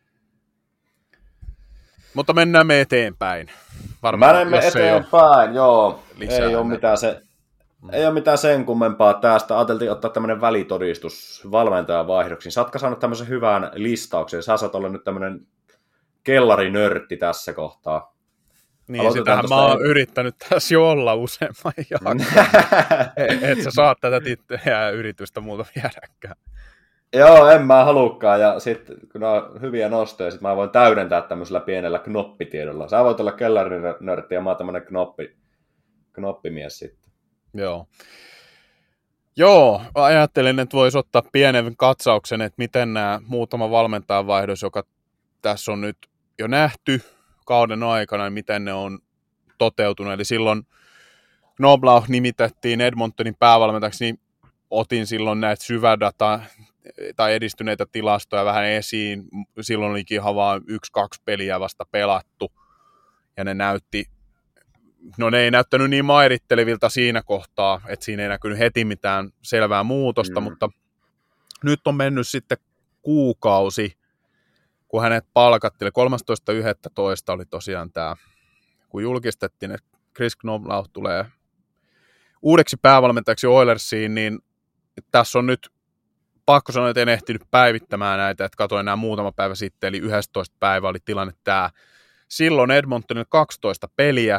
Mutta mennään me eteenpäin. Varmaan, Menemme eteenpäin, joo. Ei ole mitään se... Ei ole mitään sen kummempaa tästä. Ajateltiin ottaa tämmöinen välitodistus valmentajan vaihdoksiin. Saatko saanut tämmöisen hyvän listauksen? Sä saat olla nyt tämmöinen kellarinörtti tässä kohtaa. Niin, aloitetaan sitähän mä oon en... yrittänyt tässä jo olla useamman jakson. Et sä saat tätä titteä yritystä muuta viedäkään. Joo, en mä halukkaan. Ja sitten kun on hyviä nostoja, sit mä voin täydentää tämmöisellä pienellä knoppitiedolla. Sä voit olla kellarinörtti ja mä oon tämmöinen knoppi, knoppimies sitten. Joo. Joo, ajattelin, että voisi ottaa pienen katsauksen, että miten nämä muutama valmentajan vaihdos, joka tässä on nyt jo nähty kauden aikana, niin miten ne on toteutunut. Eli silloin Knoblauch nimitettiin Edmontonin päävalmentajaksi, niin otin silloin näitä syvädata tai edistyneitä tilastoja vähän esiin. Silloin olikin ihan vaan yksi, kaksi peliä vasta pelattu, ja ne näytti No ne ei näyttänyt niin mairittelevilta siinä kohtaa, että siinä ei näkynyt heti mitään selvää muutosta, mm. mutta nyt on mennyt sitten kuukausi, kun hänet palkattiin. kolmastoista yhdestoista oli tosiaan tämä, kun julkistettiin, että Chris Knoblauch tulee uudeksi päävalmentajaksi Oilersiin, niin tässä on nyt pakko sanoa, että en ehtinyt päivittämään näitä, että katsoin nämä muutama päivä sitten, eli yhdestoista päivä oli tilanne tämä. Silloin Edmontonilla kaksitoista peliä,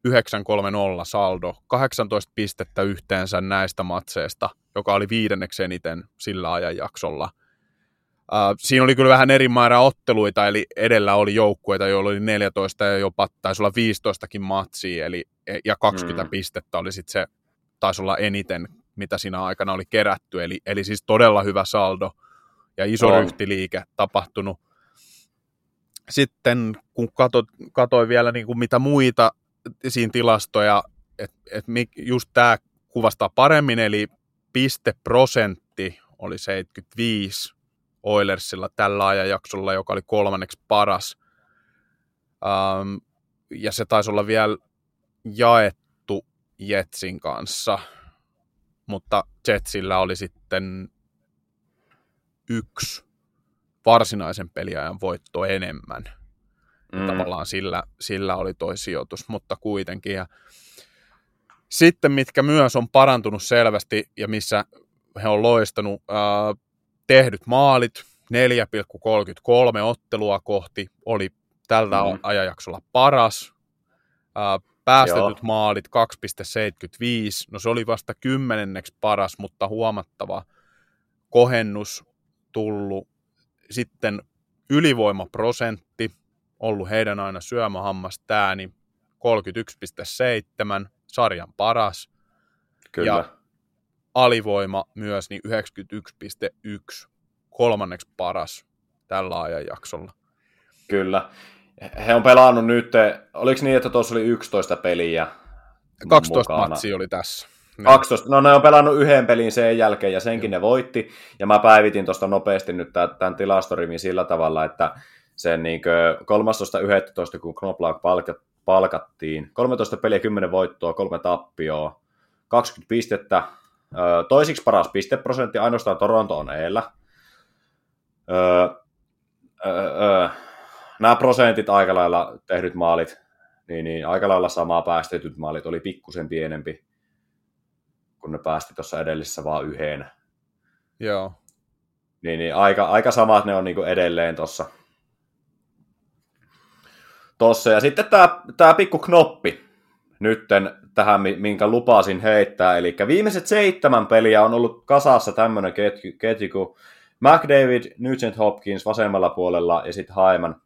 yhdeksän kolme nolla saldo, kahdeksantoista pistettä yhteensä näistä matseista, joka oli viidenneksi eniten sillä ajanjaksolla. Uh, siinä oli kyllä vähän eri määrä otteluita, eli edellä oli joukkueita, joilla oli neljätoista ja jopa taisi olla viisitoistakin matsia, eli, ja kaksikymmentä mm. pistettä oli sitten se, taisi olla eniten, mitä siinä aikana oli kerätty, eli, eli siis todella hyvä saldo ja iso on. ryhtiliike tapahtunut. Sitten kun katso, katsoin vielä niin kuin mitä muita siinä tilastoja, että et just tämä kuvastaa paremmin, eli pisteprosentti oli seitsemänkymmentäviisi Oilersilla tällä ajanjaksolla, joka oli kolmanneksi paras. Um, ja se taisi olla vielä jaettu Jetsin kanssa, mutta Jetsillä oli sitten yksi varsinaisen peliajan voitto enemmän. Mm. Tavallaan sillä, sillä oli toi sijoitus, mutta kuitenkin. Ja sitten mitkä myös on parantunut selvästi ja missä he on loistanut, äh, tehdyt maalit, neljä pilkku kolmekymmentäkolme ottelua kohti, oli tällä mm. ajanjaksolla paras. Äh, päästetyt Joo. maalit kaksi pilkku seitsemänkymmentäviisi, no se oli vasta kymmenenneksi paras, mutta huomattava kohennus tullut. Sitten ylivoimaprosentti, ollut heidän aina syömähammas tää, niin kolmekymmentäyksi pilkku seitsemän, sarjan paras. Kyllä. Ja alivoima myös niin yhdeksänkymmentäyksi pilkku yksi, kolmanneksi paras tällä ajanjaksolla. Kyllä. He on pelannut nyt, oliko niin, että tuossa oli yksitoista peliä kaksitoista mukana? matsia oli tässä. kaksitoista. No ne on pelannut yhden pelin sen jälkeen ja senkin ne voitti. Ja mä päivitin tuosta nopeasti nyt tämän tilastorimin sillä tavalla, että sen niin kolmastoista yhdestoista kun Knoblauch palkattiin, kolmetoista peliä, kymmenen voittoa, kolme tappioa, kaksikymmentä pistettä. Toisiksi paras pisteprosentti, ainoastaan Toronto on eellä. Öö, öö, nämä prosentit aika lailla tehdyt maalit, niin, niin aika lailla samaa päästetyt maalit, oli pikkusen pienempi, kun ne päästi tuossa edellisessä vaan yhden. Joo. Niin, niin aika, aika samat ne on niin kuin edelleen tuossa. Tossa. Ja sitten tämä, tämä pikku knoppi nytten tähän, minkä lupasin heittää. Eli viimeiset seitsemän peliä on ollut kasassa tämmöinen ketju, ketju kuin McDavid, Nugent Hopkins vasemmalla puolella ja sitten Hyman.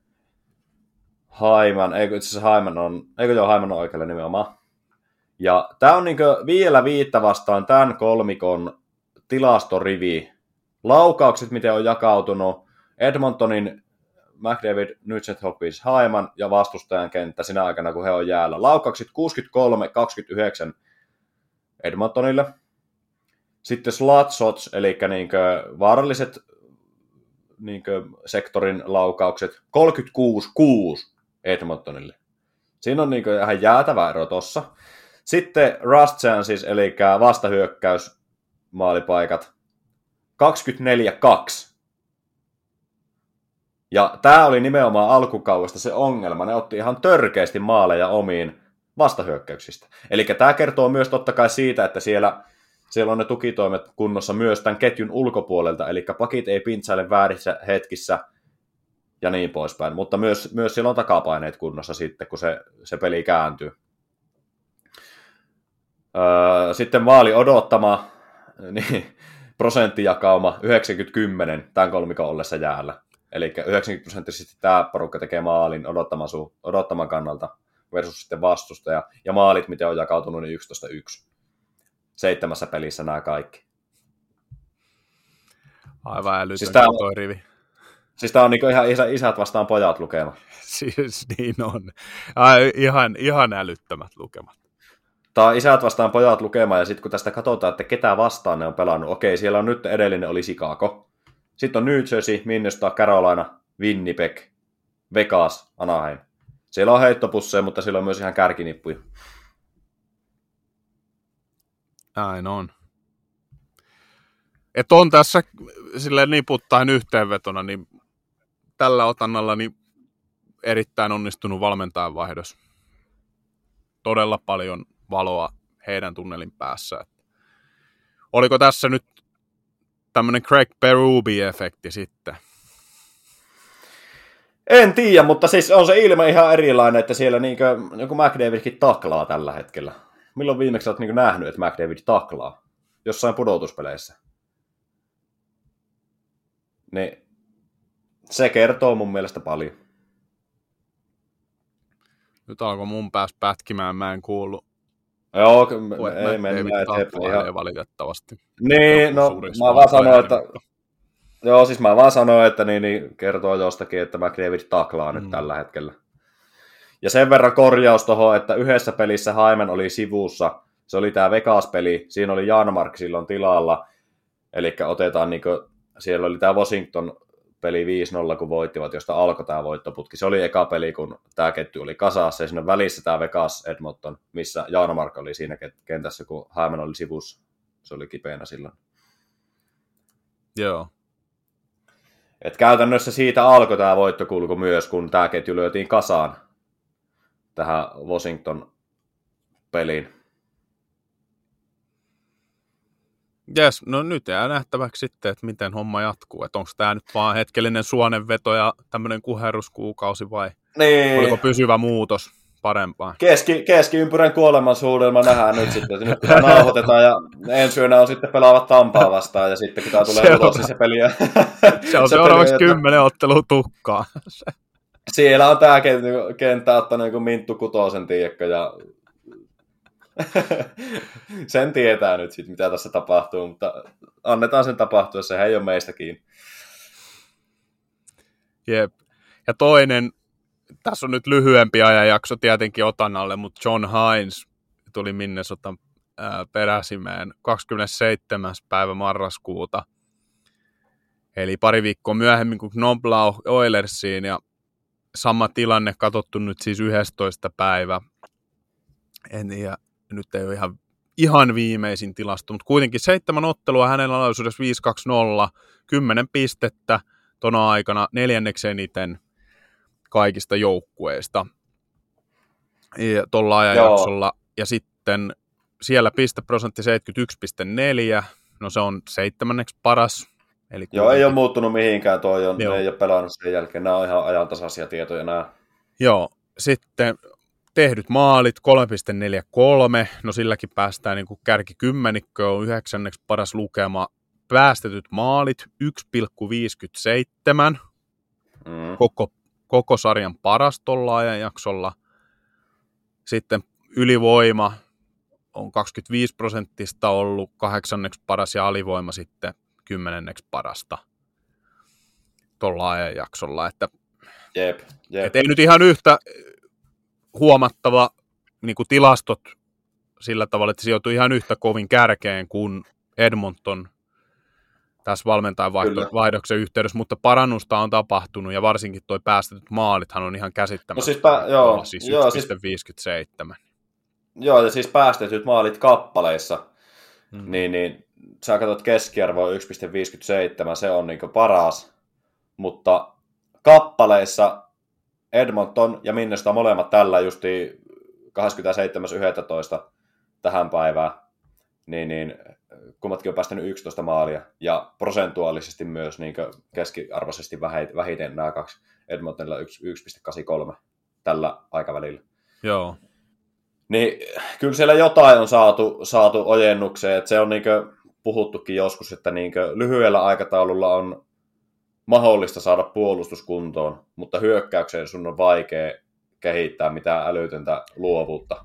Hyman, eikö itse asiassa Hyman on, eikö joo, Hyman on oikealla nimenomaan. Ja tämä on niinku vielä viittä vastaan tämän kolmikon tilastorivi. Laukaukset, miten on jakautunut, Edmontonin McDavid, Nugent Hopkins, Hyman ja vastustajan kenttä sinä aikana, kun he on jäällä. Laukaukset kuusikymmentäkolme kaksikymmentäyhdeksän Edmontonille. Sitten slot shots, eli niinkö vaaralliset niinkö sektorin laukaukset, kolmekymmentäkuusi kuusi Edmontonille. Siinä on niinkö ihan jäätävä ero tossa. Sitten rust chances, eli vastahyökkäys maalipaikat, kaksikymmentäneljä kaksi. Ja tämä oli nimenomaan alkukaudesta se ongelma. Ne otti ihan törkeästi maaleja omiin vastahyökkäyksistä. Eli tämä kertoo myös totta kai siitä, että siellä, siellä on ne tukitoimet kunnossa myös tämän ketjun ulkopuolelta. Eli pakit ei pintsaile väärissä hetkissä ja niin poispäin. Mutta myös, myös siellä on takapaineet kunnossa sitten, kun se, se peli kääntyy. Öö, sitten maali odottama, niin prosenttijakauma yhdeksänkymmentä kymmenen tämän kolmikon ollessa jäällä. Eli yhdeksänkymmentä prosenttisesti tämä porukka tekee maalin odottaman, su- odottaman kannalta versus sitten vastustaja. Ja maalit, miten on jakautunut, niin yksitoista yksi. Seitsemässä pelissä nämä kaikki. Aivan älytön siis toi rivi. Siis tämä on niinku ihan isä, isät vastaan pojat lukema. Siis niin on. Ai, ihan, ihan älyttömät lukemat. Tämä on isät vastaan pojat lukema, ja sitten kun tästä katsotaan, että ketä vastaan ne on pelannut. Okei, siellä on nyt edellinen oli Chicago. Sitten on New Jersey, Minnesota, Carolina, Winnipeg, Vegas, Anaheim. Siellä on heittopusseja, mutta siellä on myös ihan kärkinippuja. Näin on. Et on tässä silleen niputtain yhteenvetona, niin tällä otannalla niin erittäin onnistunut valmentajan vaihdos. Todella paljon valoa heidän tunnelin päässä. Oliko tässä nyt tämmöinen Craig Berube-efekti sitten? En tiedä, mutta siis on se ilme ihan erilainen, että siellä niinku, joku McDavidkin taklaa tällä hetkellä. Milloin viimeksi olet niinku nähnyt, että McDavid taklaa? Jossain pudotuspeleissä. Niin se kertoo mun mielestä paljon. Nyt alkoi mun päässä pätkimään, mä en kuullut. Joo, ei mennä eteenpäin. Ihan valitettavasti. Niin, no mä vaan sanoin, että... Joo, siis mä vaan sanoin, että niin, niin kertoo jostakin, että McDavid taklaa mm. nyt tällä hetkellä. Ja sen verran korjaus tohon, että yhdessä pelissä Hyman oli sivussa. Se oli tää Vegas-peli, siinä oli Janmark silloin tilalla. Eli otetaan niinku, siellä oli tää Washington-peli viisi nolla, kun voittivat, josta alkoi tää voittoputki. Se oli eka peli, kun tää ketju oli kasassa, ja siinä välissä tää Vegas-Edmonton, missä Janmark oli siinä kentässä, kun Hyman oli sivussa. Se oli kipeänä silloin. Joo. Et käytännössä siitä alkoi tämä voittokulku myös, kun tämä ketju lyötiin kasaan tähän Washington-peliin. Jes, no nyt jää nähtäväksi sitten, että miten homma jatkuu. Että onko tämä nyt vaan hetkellinen suonenveto ja tämmöinen kuherruskuukausi vai niin. Oliko pysyvä muutos parempaan? Keski, keskiympyrän kuolemansuudelma nähdään nyt sitten. Nyt pitää nauhoitetaan ja ensi yönä on sitten pelaavat Tampaa vastaan ja sitten kun tämä tulee ulos se peli. Se on se seuraavaksi peli, kymmenen ottelua tukkaa. Siellä on tämä kenttä ottanut niin kuin Minttu Kutosen, tiedätkö, ja sen tietää nyt sitten, mitä tässä tapahtuu, mutta annetaan sen tapahtua, se ei ole meistä kiinni. Jep. Ja toinen, tässä on nyt lyhyempi ajanjakso tietenkin Otanalle, mutta John Hines tuli Minnesotan peräsimeen kahdeskymmenesseitsemäs päivä marraskuuta. Eli pari viikkoa myöhemmin kuin Knoblau Oilersiin, ja sama tilanne katsottu nyt siis yhdestoista päivä. En tiedä, nyt ei ole ihan, ihan viimeisin tilasto, mutta kuitenkin seitsemän ottelua hänen alaisuudessa viisi kaksi nolla, kymmenen pistettä tona aikana, neljänneksi eniten kaikista joukkueista tuolla ajanjaksolla. Ja sitten siellä pisteprosentti seitsemänkymmentäyksi pilkku neljä, no se on seitsemänneksi paras. Eli joo, ei ole muuttunut mihinkään, toi on, ne ei ole pelannut sen jälkeen, nämä on ihan ajantasaisia tietoja nämä. Joo, sitten tehdyt maalit kolme pilkku neljäkymmentäkolme, no silläkin päästään niin kuin kärkikymmenikköön, on yhdeksänneksi paras lukema. Päästetyt maalit yksi pilkku viisikymmentäseitsemän, mm. koko, koko sarjan paras tuolla ajanjaksolla. Sitten ylivoima on kaksikymmentäviisi prosenttista ollut kahdeksanneksi paras ja alivoima sitten kymmenenneksi parasta tuolla ajanjaksolla. Että, jep, jep. Et ei nyt ihan yhtä huomattava niin kuin tilastot sillä tavalla, että se sijoitui ihan yhtä kovin kärkeen kuin Edmonton tässä valmentajan vaihdoksen yhteydessä, mutta parannusta on tapahtunut, ja varsinkin tuo päästetyt maalithan on ihan käsittämättä. No siis, pä- joo, siis joo, yksi pilkku viisikymmentäseitsemän. Joo, ja siis päästetyt maalit kappaleissa, hmm. niin, niin sä katsot keskiarvoa yksi pilkku viisikymmentäseitsemän, se on niin kuin paras, mutta kappaleissa Edmonton ja Minnesota molemmat tällä justi kahdeskymmenesseitsemäs yhdestoista tähän päivään, niin, niin kummatkin on päästänyt yksitoista maalia, ja prosentuaalisesti myös niin keskiarvoisesti vähiten nämä kaksi, Edmontonilla yksi pilkku kahdeksankymmentäkolme tällä aikavälillä. Joo. Niin kyllä siellä jotain on saatu, saatu ojennukseen, että se on niin puhuttukin joskus, että niin lyhyellä aikataululla on mahdollista saada puolustuskuntoon, mutta hyökkäykseen sun on vaikea kehittää mitään älytöntä luovuutta.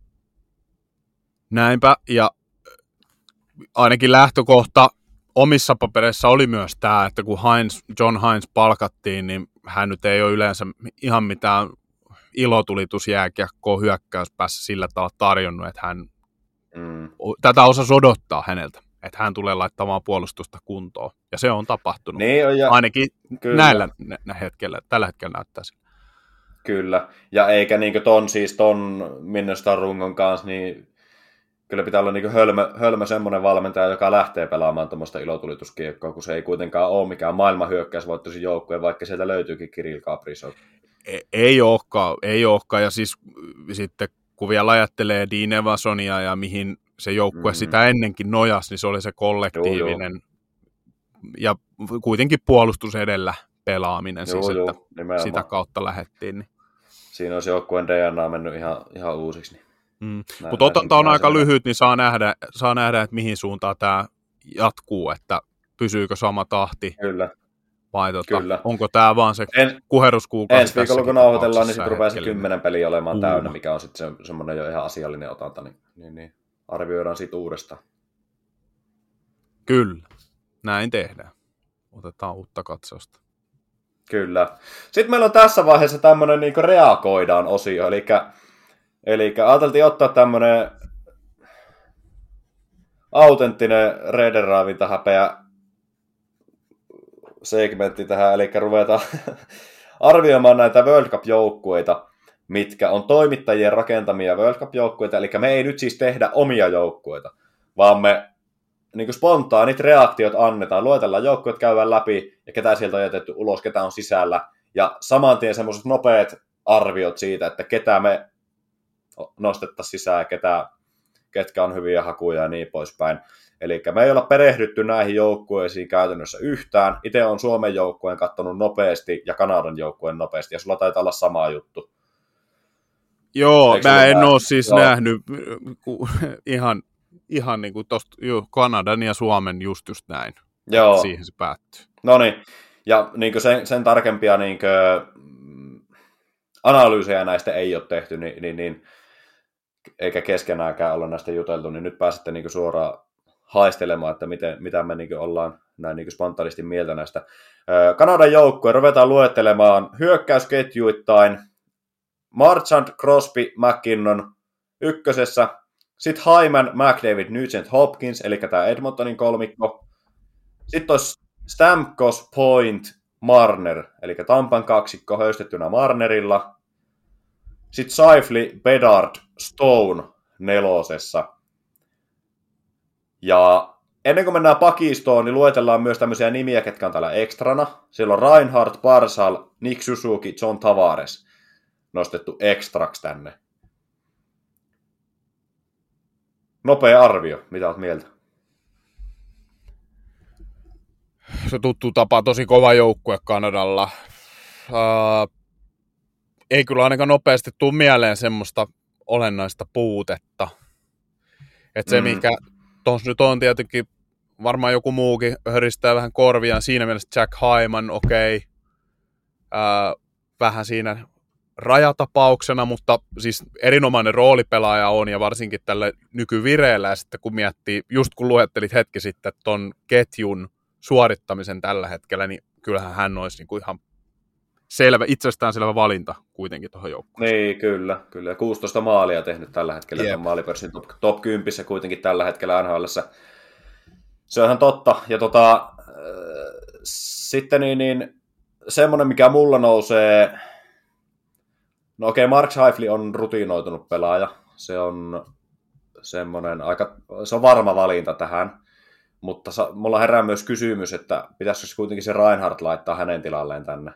Näinpä, ja ainakin lähtökohta omissa papereissa oli myös tämä, että kun Hines, John Hines palkattiin, niin hän nyt ei ole yleensä ihan mitään ilotulitusjääkiekkoa hyökkäyspäässä sillä tavalla tarjonnut, että hän mm. tätä osasi odottaa häneltä, että hän tulee laittamaan puolustusta kuntoon. Ja se on tapahtunut. Niin on, ja ainakin kyllä. näillä nä- nä- hetkellä, tällä hetkellä näyttää sillä. Kyllä, ja eikä niin ton, siis ton Minnesotan rungon kanssa, niin kyllä pitää olla niin hölmö, hölmö semmoinen valmentaja, joka lähtee pelaamaan tuommoista ilotulituskiekkoa, kun se ei kuitenkaan ole mikään maailman hyökkäysvoittoisin joukkue, vaikka sieltä löytyykin Kirill Kaprizov. Ei, ei olekaan, ei olekaan, ja siis sitten kun vielä ajattelee Dean Evasonia ja mihin se joukkue mm-hmm. sitä ennenkin nojasi, niin se oli se kollektiivinen joo, joo. ja kuitenkin puolustus edellä pelaaminen, Joo, siis, joo, että nimenomaan. Sitä kautta lähdettiin. Niin. Siinä olisi joukkueen D N A mennyt ihan, ihan uusiksi. Niin. Mm. Mutta otanta on aika lyhyt, niin saa nähdä, saa nähdä, että mihin suuntaan tämä jatkuu, että pysyykö sama tahti. Kyllä. Vai tota, Kyllä. onko tämä vaan se en, kuheruskuukausi? Ensi viikolla, kun nauhoitellaan, niin sitten rupeaa se kymmenen peliä olemaan Uuma. täynnä, mikä on sitten se, semmoinen jo ihan asiallinen otanta, niin, niin, niin arvioidaan siitä uudestaan. Kyllä, näin tehdään. Otetaan uutta katsausta. Kyllä. Sitten meillä on tässä vaiheessa tämmöinen niin kuin reagoidaan osio, eli, eli ajateltiin ottaa tämmöinen autenttinen Raider-raavinta häpeä segmentti tähän, eli ruvetaan arvioimaan näitä World Cup-joukkueita, mitkä on toimittajien rakentamia World Cup-joukkueita, eli me ei nyt siis tehdä omia joukkueita, vaan me niin kuin spontaanit reaktiot annetaan, luetellaan joukkueet, käydään läpi, ja ketä sieltä on jätetty ulos, ketä on sisällä, ja saman tien semmoiset nopeat arviot siitä, että ketä me nostettaisiin sisään, ja ketä, ketkä on hyviä hakuja ja niin poispäin. Eli me ei olla perehdytty näihin joukkueisiin käytännössä yhtään. Itse on Suomen joukkueen katsonut nopeasti ja Kanadan joukkueen nopeasti, ja sulla taitaa olla sama juttu. Joo, Eikö mä en näin? ole siis Joo. nähnyt ku, ihan, ihan niin kuin tosta, joo, Kanadan ja Suomen just just näin. Joo. Siihen se päättyy. No niin, ja niin kuin sen, sen tarkempia niin kuin, analyysejä näistä ei ole tehty, niin, niin, niin, eikä keskenäänkään olla näistä juteltu, niin nyt pääsette niin kuin suoraan haistelemaan, että miten, mitä me niin ollaan näin niin spontaanisti mieltä näistä. Kanadan joukkue ruvetaan luettelemaan hyökkäysketjuittain Marchand, Crosby, McKinnon ykkösessä, sitten Hyman, McDavid, Nugent, Hopkins, eli tämä Edmontonin kolmikko. Sitten olisi Stamkos, Point, Marner, eli Tampan kaksikko höystettynä Marnerilla. Sitten Scheifele, Bedard, Stone nelosessa. Ja ennen kuin mennään pakistoon, niin luetellaan myös tämmöisiä nimiä, ketkä on täällä ekstrana. Siellä on Reinhardt, Barzal, Nick Suzuki, John Tavares nostettu ekstraksi tänne. Nopea arvio, mitä oot mieltä? Se tuttu tapa, tosi kova joukkue Kanadalla. Uh, ei kyllä ainakaan nopeasti tule mieleen semmoista olennaista puutetta. Että se, mm. mikä tuossa nyt on tietenkin, varmaan joku muukin höristää vähän korviaan. Siinä mielessä Jack Hyman, okei. Okay. Uh, vähän siinä rajatapauksena, mutta siis erinomainen roolipelaaja on, ja varsinkin tällä nykyvireellä, ja sitten kun miettii, just kun luettelit hetki sitten ton ketjun suorittamisen tällä hetkellä, niin kyllähän hän olisi niin kuin ihan selvä, itsestään selvä valinta kuitenkin tuohon joukkueeseen. Niin, kyllä, kyllä. kuusitoista maalia tehnyt tällä hetkellä, yep. Maalipörssin top, top kymmenen kuitenkin tällä hetkellä N H L:ssä. Se on ihan totta, ja tota, äh, sitten niin, niin semmoinen, mikä mulla nousee. No okei, okay, Mark Scheifele on rutinoitunut pelaaja. Se on semmoinen aika, se on varma valinta tähän. Mutta sa, mulla herää myös kysymys, että pitäisikö kuitenkin se Reinhardt laittaa hänen tilalleen tänne?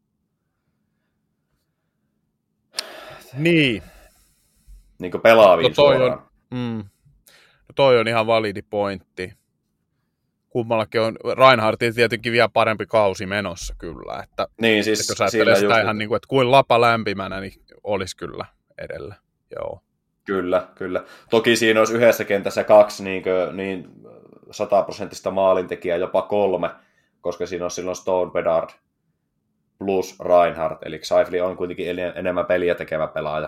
Niin. Niin kuin pelaaviin no toi suoraan. On, mm, no toi on ihan validi pointti. Kummallakin on, Reinhardtin tietenkin vielä parempi kausi menossa kyllä. Että, niin, siis että jos ajattelee sitä ihan niin kuin, että kuin lapa lämpimänä, niin olisi kyllä edellä. Joo. Kyllä, kyllä. Toki siinä olisi yhdessä kentässä kaksi niin, kuin, niin sataprosenttista maalintekijää, jopa kolme, koska siinä on silloin Stone, Bedard plus Reinhardt, eli Scheifele on kuitenkin enemmän peliä tekevä pelaaja.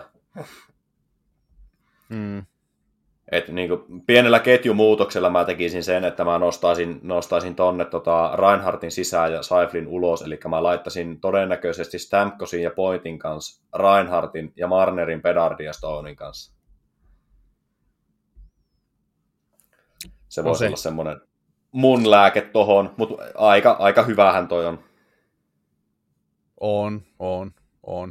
Mm. Et niin kuin pienellä ketjumuutoksella mä tekisin sen, että mä nostaisin, nostaisin tonne tota Reinhardtin sisään ja Scheifelen ulos, eli mä laittaisin todennäköisesti Stamkosin ja Pointin kanssa, Reinhardtin ja Marnerin, Bedardin ja Stonein kanssa. Se voisi olla semmoinen mun lääke tohon, mutta aika, aika hyvähän toi on. On, on, on.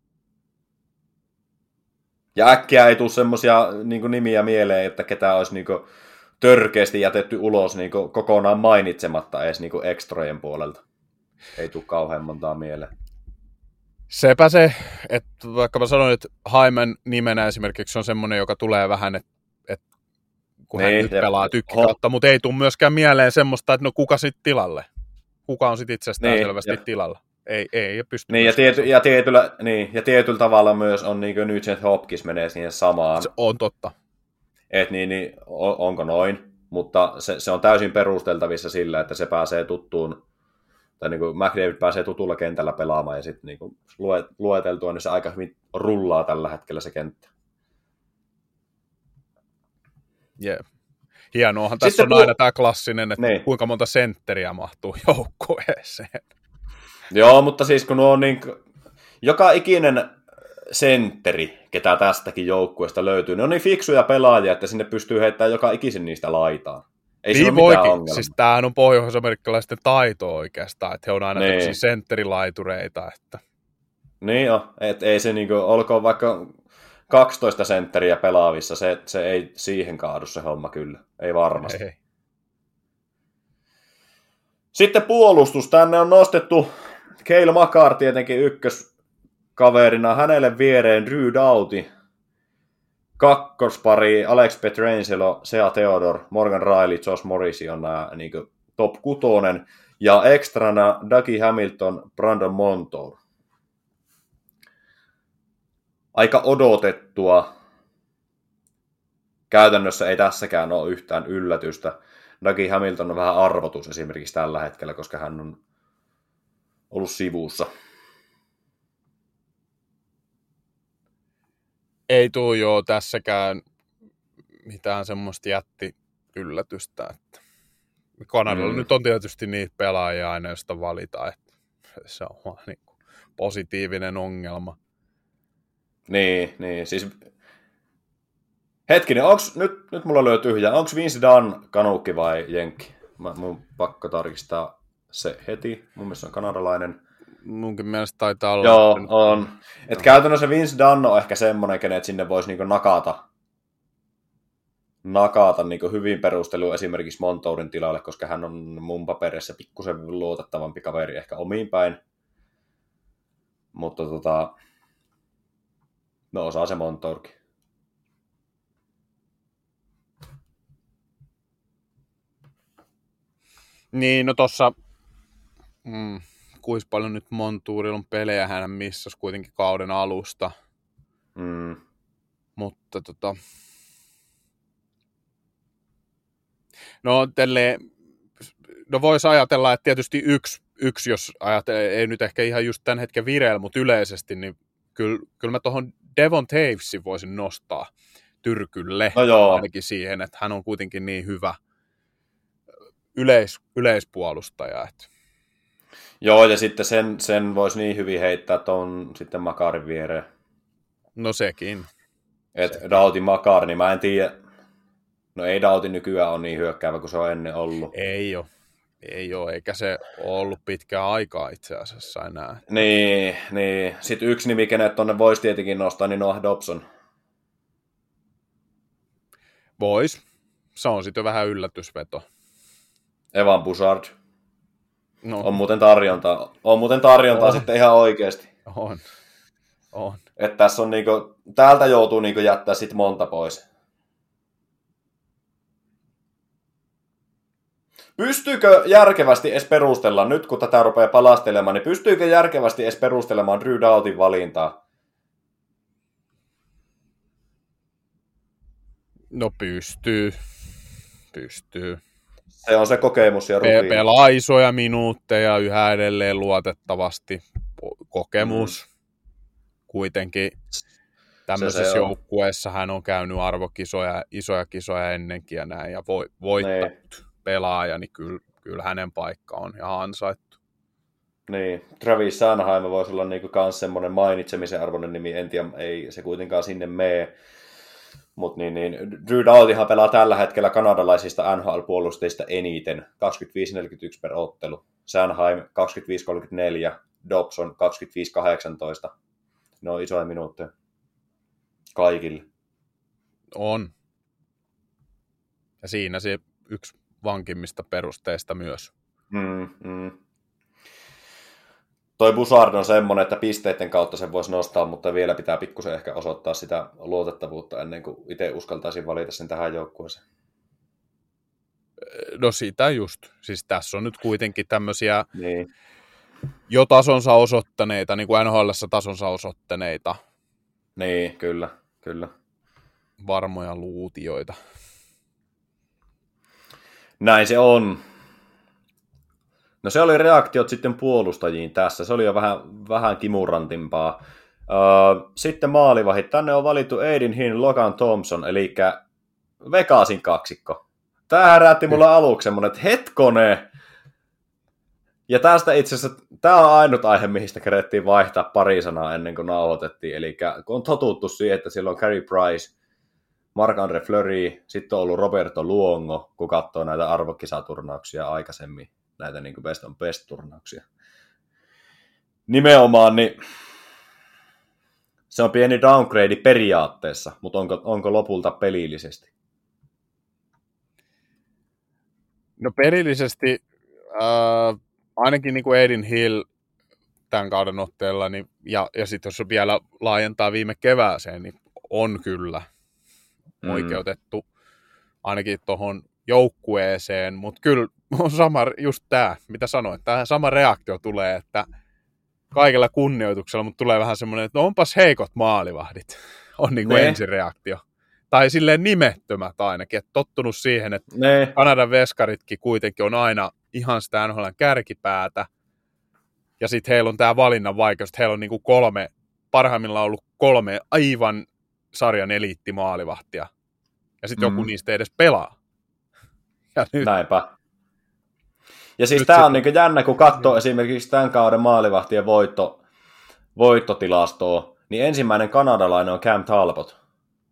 Ja äkkiä ei tule semmoisia niin nimiä mieleen, että ketä olisi niin kuin törkeästi jätetty ulos niin kuin kokonaan mainitsematta edes niin kuin ekstrojen puolelta. Ei tule kauhean montaa mieleen. Sepä se, että vaikka mä sanoin, että Hyman nimenä esimerkiksi on semmoinen, joka tulee vähän, että, että kun niin, hän nyt pelaa tykkikautta, mutta ei tule myöskään mieleen semmoista, että no kuka sitten tilalle? kuka on sitten itsestään niin, selvästi ja tilalla. Ei, ei pysty. Niin ja, tiety, ja, tietyllä, niin, ja tietyllä tavalla myös on niin kuin Nugent Hopkins menee siihen samaan. Se on totta. Et niin, niin, onko noin, mutta se, se on täysin perusteltavissa sillä, että se pääsee tuttuun, tai niin kuin McDavid pääsee tutulla kentällä pelaamaan, ja sitten niin kuin lueteltua, niin se aika hyvin rullaa tällä hetkellä se kenttä. Jee. Yeah. Hienoahan tässä sitten on pu- aina tämä klassinen, että niin. Kuinka monta sentteriä mahtuu joukkueeseen. Joo, mutta siis kun on niin, joka ikinen sentteri, ketä tästäkin joukkueesta löytyy, ne on niin fiksuja pelaajia, että sinne pystyy heittämään joka ikisen niistä laitaan. Ei niin se ole mitään ongelmaa. Siis tämähän on pohjois-amerikkalaisten taito oikeastaan, että he on aina niin. Tällaisia sentterilaitureita. Että... Niin jo, että ei se niinku, olkoon vaikka kaksitoista sentteriä pelaavissa, se, se ei siihen kaadu se homma kyllä, ei varmasti. Ei. Sitten puolustus, tänne on nostettu Cale Makar tietenkin ykköskaverina, hänelle viereen Drew Doughty, kakkospari Alex Pietrangelo, Sea Theodore, Morgan Rielly, Josh Morrissey on nämä niin kuin top kutonen, ja ekstrana Dougie Hamilton, Brandon Montour. Aika odotettua. Käytännössä ei tässäkään ole yhtään yllätystä. Dougie Hamilton on vähän arvotus esimerkiksi tällä hetkellä, koska hän on ollut sivussa. Ei tule jo tässäkään mitään semmoista jätti yllätystä. Että Kanadalla mm. nyt on tietysti niitä pelaajia aina, joista valita, että se on vaan niin kuin positiivinen ongelma. Niin, niin. Siis hetkinen, onks, nyt, nyt mulla lyö tyhjää. Onko Vince Dunn kanuukki vai jenkki? Mä, mun pakko tarkistaa se heti. Mun mielestä on kanadalainen. Munkin mielestä taitaa olla. Joo, on. Et käytännössä Vince Dunn on ehkä semmoinen, kenet sinne voisi niinku nakata, nakata niinku hyvin perustelua esimerkiksi Montourin tilalle, koska hän on mun paperissa pikkusen luotettavampi kaveri ehkä omiin päin. Mutta tota, no osaa se Montourkin. Niin, no tossa, mm, kuinka paljon nyt Montourilla on pelejä, hän missasi kuitenkin kauden alusta. Mm. Mutta tota, no tälleen, no voisi ajatella, että tietysti yksi, yksi jos ajattelee, ei nyt ehkä ihan just tämän hetken vireellä, mutta yleisesti, niin kyllä, kyllä mä tuohon Devon Tavesin voisin nostaa tyrkylle, no ainakin siihen, että hän on kuitenkin niin hyvä yleis, yleispuolustaja. Että. Joo, ja sitten sen, sen voisi niin hyvin heittää tuon sitten Makarin viereen. No sekin. Että Doughty Makar, niin mä en tiedä, no ei Doughty nykyään ole niin hyökkäävä kuin se on ennen ollut. Ei ole. Ei ole, eikä se ole ollut pitkään aikaa itse asiassa enää. Niin, niin. Sitten yksi nimi, kenet tuonne voisi tietenkin nostaa, niin Noah Dobson. Vois. Se on sitten vähän yllätysveto. Evan Bouchard. No. On muuten tarjontaa. On muuten tarjontaa on. Sitten ihan oikeasti. On. On. Että tässä on niinku, täältä joutuu niinku jättää sitten monta pois. Pystyykö järkevästi edes perustella, nyt kun tätä rupeaa palastelemaan, niin pystyykö järkevästi edes perustelemaan Drew Doughtyn valintaa? No pystyy. Pystyy. Se on se kokemus ja rutiini. Pelaa isoja minuutteja yhä edelleen luotettavasti. Kokemus. Mm. Kuitenkin tämmöisessä joukkueessa hän on käynyt arvokisoja, isoja kisoja ennenkin ja näin, ja vo, voittanut. Ne. Pelaaja, niin kyllä, kyllä hänen paikka on ihan ansaittu. Niin, Travis Sanheim voisi olla niinku kans semmoinen mainitsemisen arvoinen nimi, en tiedä, ei se kuitenkaan sinne mene. Mutta niin, niin, Drew Doughtyhan pelaa tällä hetkellä kanadalaisista N H L-puolustajista eniten, kaksikymmentäviisi neljäkymmentäyksi per ottelu. Sanheim kaksikymmentäviisi kolmekymmentäneljä, Dobson kaksikymmentäviisi kahdeksantoista. Ne on isoja minuutteja kaikille. On. Ja siinä se yksi vankimmista perusteista myös. Mm, mm. Toi Bouchard on semmoinen, että pisteiden kautta sen voisi nostaa, mutta vielä pitää pikkusen ehkä osoittaa sitä luotettavuutta ennen kuin itse uskaltaisin valita sen tähän joukkueeseen. No sitä just. Siis tässä on nyt kuitenkin tämmöisiä niin. jo tasonsa osoittaneita, niin kuin N H L:ssä tasonsa osoittaneita. Niin, kyllä, kyllä. Varmoja luutioita. Näin se on. No se oli reaktiot sitten puolustajiin tässä. Se oli jo vähän, vähän kimurantimpaa. Sitten maalivahit. Tänne on valittu Aiden Hill, Logan Thompson, eli Vegasin kaksikko. Tämä herätti mulle aluksi semmoinen, että hetkone. Ja tästä itse asiassa, tämä on ainut aihe, mihin sitä kerettiin vaihtaa pari sanaa ennen kuin nauhoitettiin. Eli kun on totuttu siihen, että siellä on Carey Price, Marc-Andre Fleury, sitten on ollut Roberto Luongo, kun katsoo näitä arvokisaturnauksia aikaisemmin, näitä niin kuin best on best-turnauksia. Nimenomaan, niin se on pieni downgrade periaatteessa, mutta onko, onko lopulta pelillisesti? No pelillisesti äh, ainakin niin kuin Aiden Hill tämän kauden otteella, niin, ja, ja sitten jos vielä laajentaa viime kevääseen, niin on kyllä mm. oikeutettu ainakin tuohon joukkueeseen, mutta kyllä on sama just tämä, mitä sanoin, tämä sama reaktio tulee, että kaikella kunnioituksella, mutta tulee vähän semmoinen, että no onpas heikot maalivahdit, on niin kuin ensireaktio. Tai silleen nimettömät ainakin, että tottunut siihen, että ne. Kanadan veskaritkin kuitenkin on aina ihan sitä N H L:n kärkipäätä. Ja sitten heillä on tämä valinnan vaikeus, että heillä on niinku kolme, parhaimmillaan ollut kolme aivan sarjan eliittimaalivahtia. Ja sitten mm. joku niistä ei edes pelaa. Ja nyt... Näinpä. Ja siis tämä on niinku jännä, kun katsoo esimerkiksi tämän kauden maalivahtien voitto, voittotilastoa, niin ensimmäinen kanadalainen on Cam Talbot.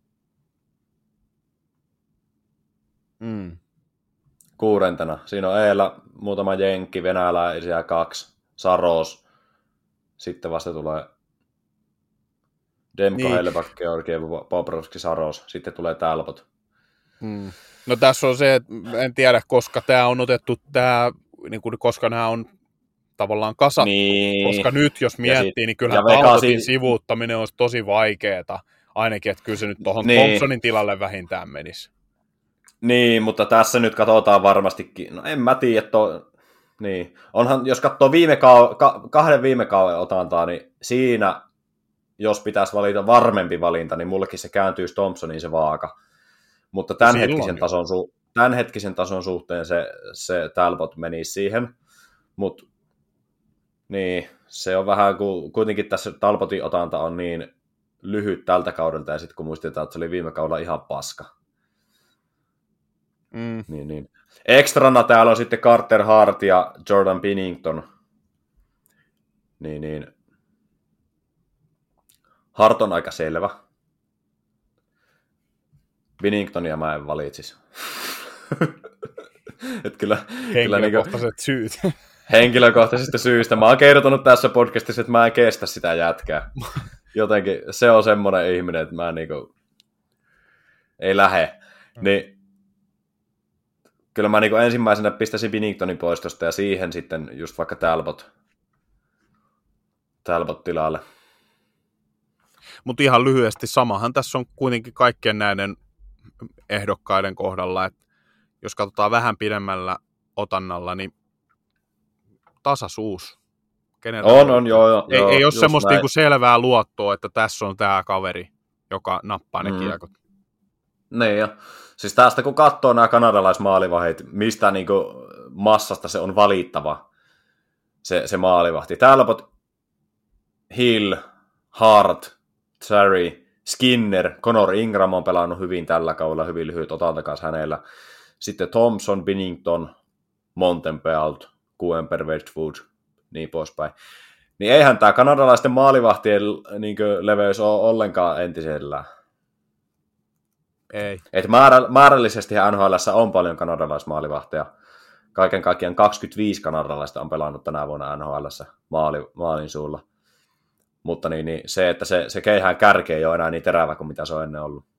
Mm. Kuudentena. Siinä on Eellä muutama jenkki, venäläisiä kaksi, Saros. Sitten vasta tulee Demko, niin. Hellebach, Georgiev, Bobrovski, Saros. Sitten tulee Talbot. Mm. No tässä on se, että en tiedä, koska tämä on otettu, tämä, niin kuin, koska nämä on tavallaan kasattu. Niin. Koska nyt, jos miettii, sit, niin kyllähän Talbotin sivuuttaminen olisi tosi vaikeaa. Ainakin, että kyllä se nyt tuohon niin. Thompsonin tilalle vähintään menisi. Niin, mutta tässä nyt katsotaan varmastikin, no en mä tiedä, to... niin. Onhan, jos katsoo viime kau... Ka... kahden viime kauden otantaa, niin siinä, jos pitäisi valita varmempi valinta, niin mullekin se kääntyisi Thompsoniin se vaaka. Mutta tämänhetkisen tason, su... tämänhetkisen tason suhteen se, se Talbot meni siihen, mutta niin, se on vähän, kun kuitenkin tässä Talbotin otanta on niin lyhyt tältä kaudelta, ja sitten kun muistetaan, että se oli viime kaudella ihan paska. Mm. Niin, niin. Ekstrana täällä on sitten Carter Hart ja Jordan Binnington. Niin, niin. Hart on aika selvä. Binningtonia mä en valitsisi. Et kyllä, henkilökohtaiset kyllä, syyt. Henkilökohtaisista syistä. Mä oon kertonut tässä podcastissa, että mä en kestä sitä jätkää. Jotenkin se on semmoinen ihminen, että mä niinku ei lähe. Mm. Niin kyllä mä niinku ensimmäisenä pistäisin Binningtonin poistosta ja siihen sitten just vaikka Talbot, Talbot tilalle. Mutta ihan lyhyesti samahan tässä on kuitenkin kaikkien näiden ehdokkaiden kohdalla, että jos katsotaan vähän pidemmällä otannalla, niin tasaisuus. Kenellä on, on, joo, joo. Ei, joo, ei ole semmoista niinku selvää luottoa, että tässä on tämä kaveri, joka nappaa ne mm. kiekot. Niin, ja siis tästä kun katsoo nämä kanadalaismaalivahit, mistä niinku massasta se on valittava, se, se maalivahti. Talbot, Hill, Hart, Terry, Skinner, Connor Ingram on pelannut hyvin tällä kaudella, hyvin lyhyt otanta kanssa hänellä. Sitten Thompson, Binnington, Montembeault, Kuemper, Wedgwood, niin poispäin. Niin eihän tämä kanadalaisten maalivahtien niin kuin, leveys ole ollenkaan entisellään. Ei. Et määrä, määrällisesti N H L:ssä on paljon kanadalaismaalivahteja. Kaiken kaikkiaan kaksikymmentäviisi kanadalaista on pelannut tänä vuonna N H L:ssä maali, maalin suulla. Mutta niin, niin se, että se, se keihään kärki ei ole enää niin terävä kuin mitä se on ennen ollut.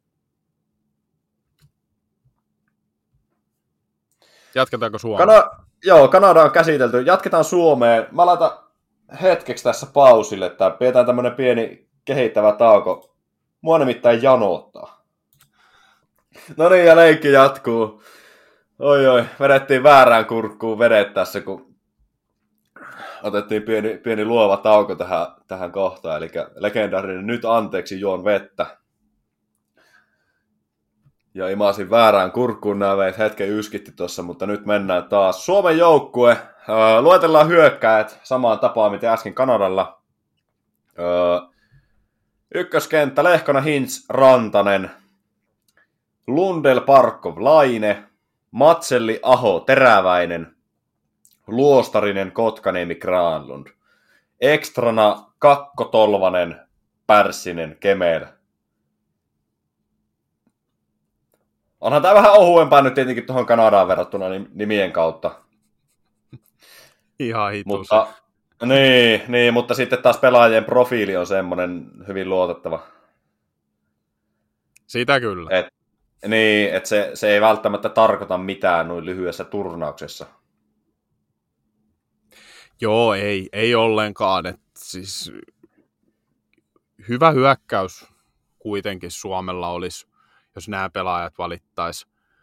Jatketaanko Suomeen? Kana- joo, Kanada on käsitelty. Jatketaan Suomeen. Mä laitan hetkeksi tässä pausille, että pidetään tämmönen pieni kehittävä tauko. Mua nimittäin janottaa. No niin, ja leikki jatkuu. Oi oi, vedettiin väärään kurkkuun vedet tässä, kun otettiin pieni, pieni luova tauko tähän, tähän kohtaan. Eli legendaarinen nyt anteeksi juon vettä. Ja imasin väärään kurkkuun nämä veit, hetken yskitti tuossa, mutta nyt mennään taas. Suomen joukkue, öö, luetellaan hyökkäät samaan tapaan, miten äsken Kanadalla. Öö, ykköskenttä, Lehkonen, Hintz, Rantanen, Lundell, Parkov, Laine, Matselli, Aho, Teräväinen, Luostarinen, Kotkaniemi, Granlund. Ekstrana Kakko, Tolvanen, Pärssinen, Kemel. Onhan tämä vähän ohuempaa nyt tietenkin tuohon Kanadaan verrattuna nimien kautta. Ihan hituus. Mutta, niin, niin, mutta sitten taas pelaajien profiili on semmoinen hyvin luotettava. Sitä kyllä. Et, niin, että se, se ei välttämättä tarkoita mitään noin lyhyessä turnauksessa. Joo, ei, ei ollenkaan. Et siis hyvä hyökkäys kuitenkin Suomella olisi, jos nämä pelaajat valittaisi.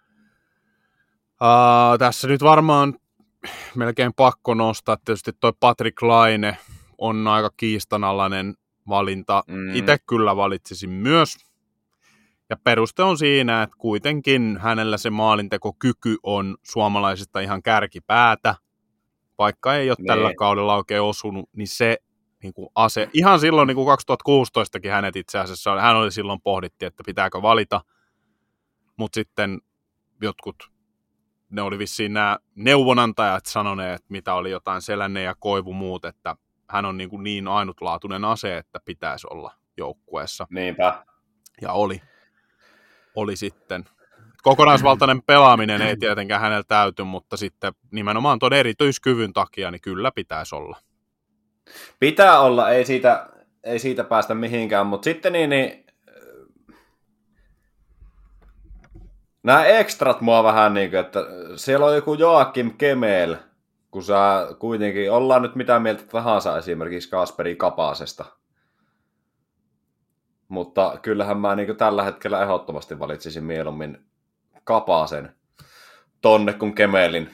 Uh, tässä nyt varmaan melkein pakko nostaa. Tietysti toi Patrik Laine on aika kiistanalainen valinta. Mm. Itse kyllä valitsisin myös. Ja peruste on siinä, että kuitenkin hänellä se maalintekokyky on suomalaisista ihan kärkipäätä. Vaikka ei ole ne. tällä kaudella oikein osunut, niin se niin kuin ase, ihan silloin niin kuin kaksituhattakuusitoistakin hänet itse asiassa, hän oli silloin pohdittiin, että pitääkö valita, mutta sitten jotkut, ne oli vissiin nämä neuvonantajat sanoneet, että mitä oli jotain Selänne ja Koivu muut, että hän on niin, kuin niin ainutlaatuinen ase, että pitäisi olla joukkueessa. Niinpä. Ja oli. Oli sitten. Kokonaisvaltainen pelaaminen ei tietenkään hänellä täyty, mutta sitten nimenomaan tuon erityiskyvyn takia niin kyllä pitäisi olla. Pitää olla, ei siitä, ei siitä päästä mihinkään, mutta sitten niin, niin nämä ekstrat mua vähän niin kuin, että siellä on joku Joakim Kemel, kun sä kuitenkin, ollaan nyt mitä mieltä tahansa esimerkiksi Kasperi Kapasesta. Mutta kyllähän mä niin kuin tällä hetkellä ehdottomasti valitsisin mieluummin Kapasen tonne kuin Kemelin.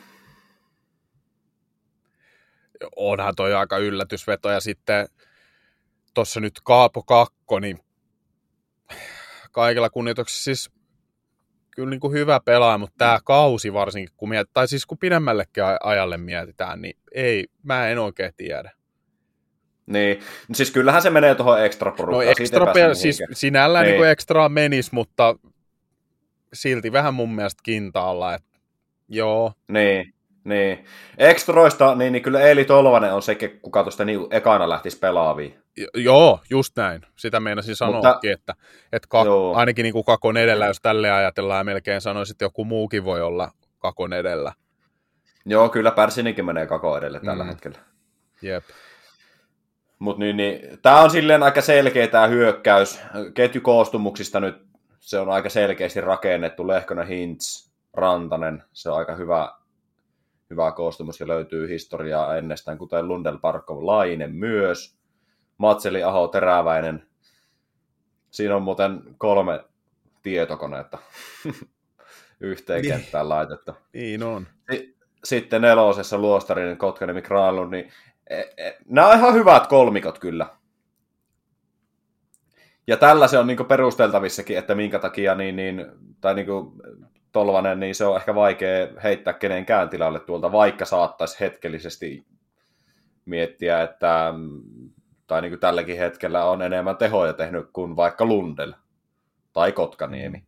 Onhan toi aika yllätysveto, ja sitten tuossa nyt Kaapo Kakko, niin kaikilla kunnioituksessa siis kyllä niin kuin hyvä pelaaja, mutta tämä kausi varsinkin, kun miet, tai siis kun pidemmällekin ajalle mietitään, niin ei, mä en oikein tiedä. Niin, siis kyllähän se menee tuohon ekstra-porukkaan. No ekstra, pe- siis sinällään niin. Niin ekstraa menisi, mutta silti vähän mun mielestä kintaalla, että joo. Niin, niin. Ekstroista, niin, niin kyllä Eeli Tolvanen on se, kuka tuosta niin ekana lähtisi pelaaviin. Joo, just näin. Sitä meinasin sanoakin, että, että ka- ainakin niin kuin Kakon edellä, jos tälleen ajatellaan, ja melkein sanoisin, että joku muukin voi olla Kakon edellä. Joo, kyllä Pärsinenkin menee Kakon edelle tällä mm. hetkellä. Jep. Mutta niin, niin, tämä on silleen aika selkeä tämä hyökkäys. Ketjukoostumuksista nyt se on aika selkeästi rakennettu. Lehkonen, Hintz, Rantanen, se on aika hyvä, hyvä koostumus ja löytyy historiaa ennestään, kuten Lundell, Parkov, Laine myös. Matseli, Aho, Teräväinen. Siinä on muuten kolme tietokoneetta yhteen niin. Kenttään laitettu. Niin on. Sitten nelosessa Luostarinen, Kotkaniemi, Granlund, niin nämä on ihan hyvät kolmikot kyllä. Ja tällä se on niinku perusteltavissakin, että minkä takia niin, niin, tai niinku Tolvanen, niin se on ehkä vaikea heittää kenenkään tilalle tuolta, vaikka saattaisi hetkellisesti miettiä, että tai niinku tälläkin hetkellä on enemmän tehoja tehnyt kuin vaikka Lundell tai Kotkaniemi.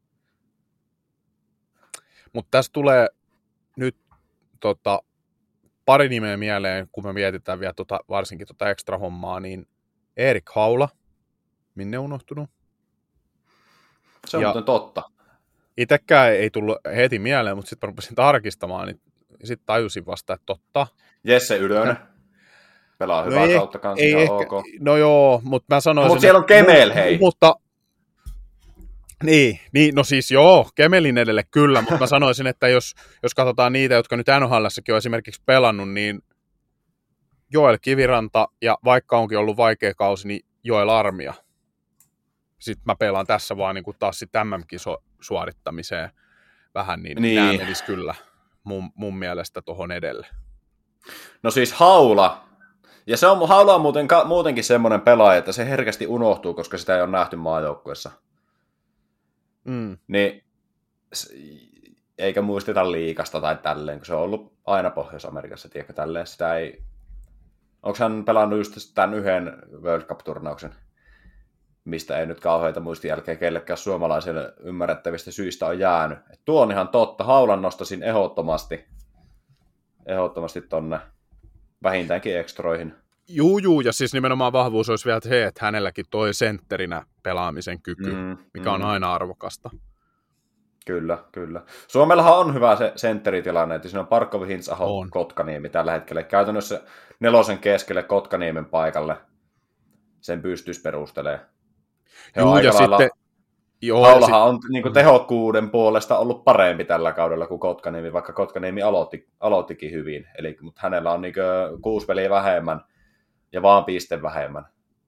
Mutta tässä tulee nyt tota, pari nimeä mieleen, kun me mietitään vielä tota, varsinkin tota ekstra hommaa, niin Erik Haula, minne unohtunut? Se on ja muuten totta. Itsekään ei tullut heti mieleen, mutta sitten rupesin tarkistamaan, niin sitten tajusin vasta, että totta. Jesse Ylönen. Pelaa no hyvää ei, kautta kanssa, ei ihan ehkä, ok. No joo, mutta mä sanoisin... Mutta siellä on Kemel, hei! Mutta, niin, niin, no siis joo, Kemelin edelle kyllä, mutta mä sanoisin, että jos, jos katsotaan niitä, jotka nyt N H L:ssäkin on esimerkiksi pelannut, niin Joel Kiviranta, ja vaikka onkin ollut vaikea kausi, niin Joel Armia. Sitten mä pelaan tässä vaan niin kuin taas sitten M M-kiso suorittamiseen. vähän, niin, niin. nämä menisi kyllä mun, mun mielestä tuohon edelle. No siis Haula, ja se on, Haula on muuten, muutenkin semmoinen pelaaja, että se herkästi unohtuu, koska sitä ei ole nähty maajoukkuessa. Mm. Niin, eikä muisteta liikasta tai tälleen, kun se on ollut aina Pohjois-Amerikassa, tiedätkö, tälleen sitä ei... Onko hän pelannut just tämän yhden World Cup-turnauksen, mistä ei nyt kauheita muistin jälkeen kellekään suomalaisille ymmärrettävistä syistä on jäänyt. Et tuo on ihan totta. Haulan nostasin ehdottomasti, ehdottomasti tonne vähintäänkin ekstroihin. Juu, juu, ja siis nimenomaan vahvuus olisi vielä se, että hänelläkin toi sentterinä pelaamisen kyky, mm, mikä mm. on aina arvokasta. Kyllä, kyllä. Suomellahan on hyvä se sentteritilanne, että siinä on Parkkovi, Hintsaho, Kotkaniemi tällä hetkellä. Käytännössä nelosen keskelle Kotkaniemen paikalle sen pystyisi perustelemaan. Juu, ja lailla... sitten... Joo, Haulahan sit... on niin kuin tehokkuuden puolesta ollut parempi tällä kaudella kuin Kotkaniemi, vaikka Kotkaniemi aloitti, aloittikin hyvin. Eli, mutta hänellä on niin kuin kuusi peliä vähemmän ja vaan piste vähemmän.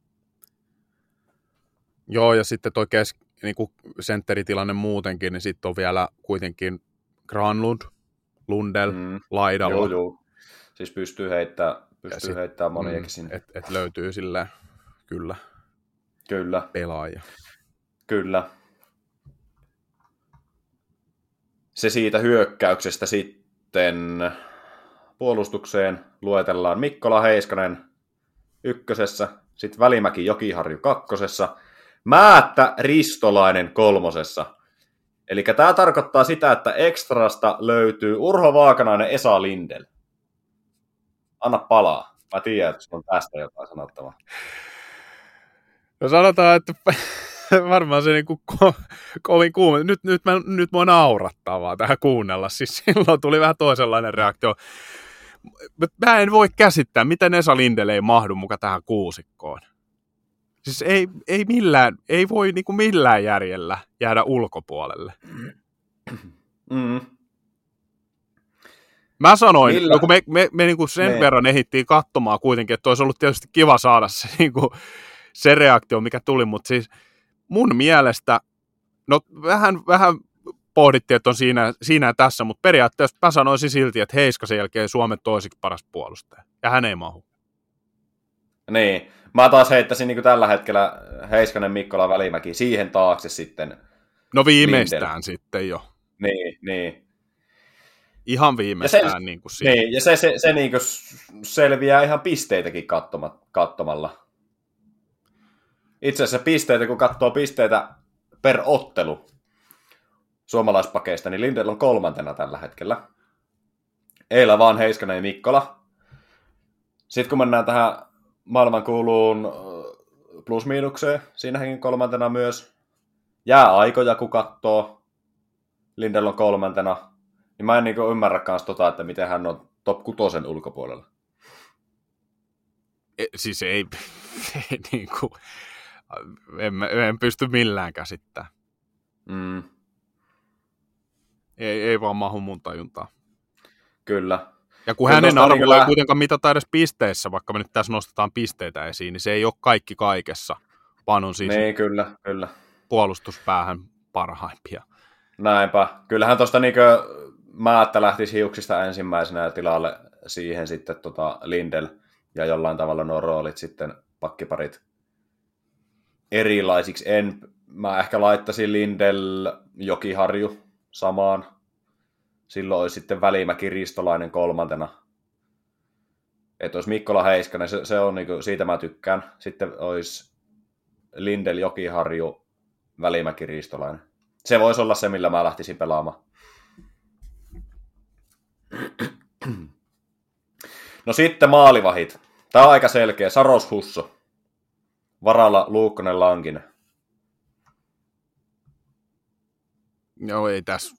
Joo, ja sitten toi kes... niin kuin sentteritilanne muutenkin, niin sitten on vielä kuitenkin Granlund, Lundell, mm. laidalla. Joo, joo. Siis pystyy heittämään, pystyy heittämään moniakin sinne. Että et löytyy silleen kyllä, kyllä pelaaja. Kyllä. Se siitä hyökkäyksestä sitten puolustukseen luetellaan Mikkola Heiskanen ykkösessä, sitten Välimäki Jokiharju kakkosessa, Määttä Ristolainen kolmosessa. Eli tämä tarkoittaa sitä, että ekstrasta löytyy Urho Vaakanainen, Esa Lindell. Anna palaa. Mä tiedän, että on tästä jotain sanottavaa. No sanotaan, että varmaan se niinku ko- kovin kuuma. Nyt, nyt, mä, nyt mua naurattaa vaan tähän kuunnella. Siis silloin tuli vähän toisenlainen reaktio. Mä en voi käsittää, miten Esa Lindell ei mahdu muka tähän kuusikkoon. Siis ei, ei, millään, ei voi niinku millään järjellä jäädä ulkopuolelle. Mm. Mä sanoin, no kun me, me, me niinku sen me. verran ehdittiin katsomaan kuitenkin, että olisi ollut tietysti kiva saada se, niinku, se reaktio, mikä tuli, mutta siis mun mielestä, no vähän, vähän pohdittiin, että on siinä, siinä ja tässä, mutta periaatteessa mä sanoisin silti, että Heiskasen jälkeen Suomen toisiksi paras puolustaja, ja hän ei mahu. Niin. Mä taas heittäisin niin kuin tällä hetkellä Heiskanen, Mikkola, Välimäki siihen taakse sitten. No viimeistään Lindell. Sitten jo. Niin, niin. Ihan viimeistään. Se, niin kuin siinä. Niin, ja se, se, se niin kuin selviää ihan pisteitäkin kattoma, katsomalla. Itse asiassa pisteitä, kun katsoo pisteitä per ottelu suomalaispakeista, niin Lindell on kolmantena tällä hetkellä. Eila vaan Heiskanen ja Mikkola. Sitten kun mennään tähän maailmankuuluun plus-miinukseen, siinäkin kolmantena myös. Jää aikoja, kun katsoo. Lindell on kolmantena. Niin mä en niin ymmärrä kans tota, että miten hän on top kutosen ulkopuolella. E, siis ei, ei niin kuin, en, en pysty millään käsittämään. Mm. Ei, ei vaan mahu mun tajuntaa. Kyllä. Ja kun hänen arvolla ei kuitenkaan mitata edes pisteissä, vaikka me nyt tässä nostetaan pisteitä esiin, niin se ei ole kaikki kaikessa, vaan on siis niin, kyllä, kyllä. puolustuspäähän parhaimpia. Näinpä. Kyllähän tuosta niinkö Määttä lähtisi hiuksista ensimmäisenä tilalle siihen sitten tota Lindell ja jollain tavalla nuo roolit sitten pakkiparit erilaisiksi. En, mä ehkä laittaisin Lindell Jokiharju samaan. Silloin olisi sitten Välimäki Ristolainen kolmantena. Että olisi Mikkola Heiskanen, se, se on niinku, siitä mä tykkään. Sitten olisi Lindell Jokiharju, Välimäki Ristolainen. Se voisi olla se, millä mä lähtisin pelaamaan. No sitten maalivahit. Tämä on aika selkeä. Saros Husso. Varalla Luukkonen Lankinen. Joo, ei tässä.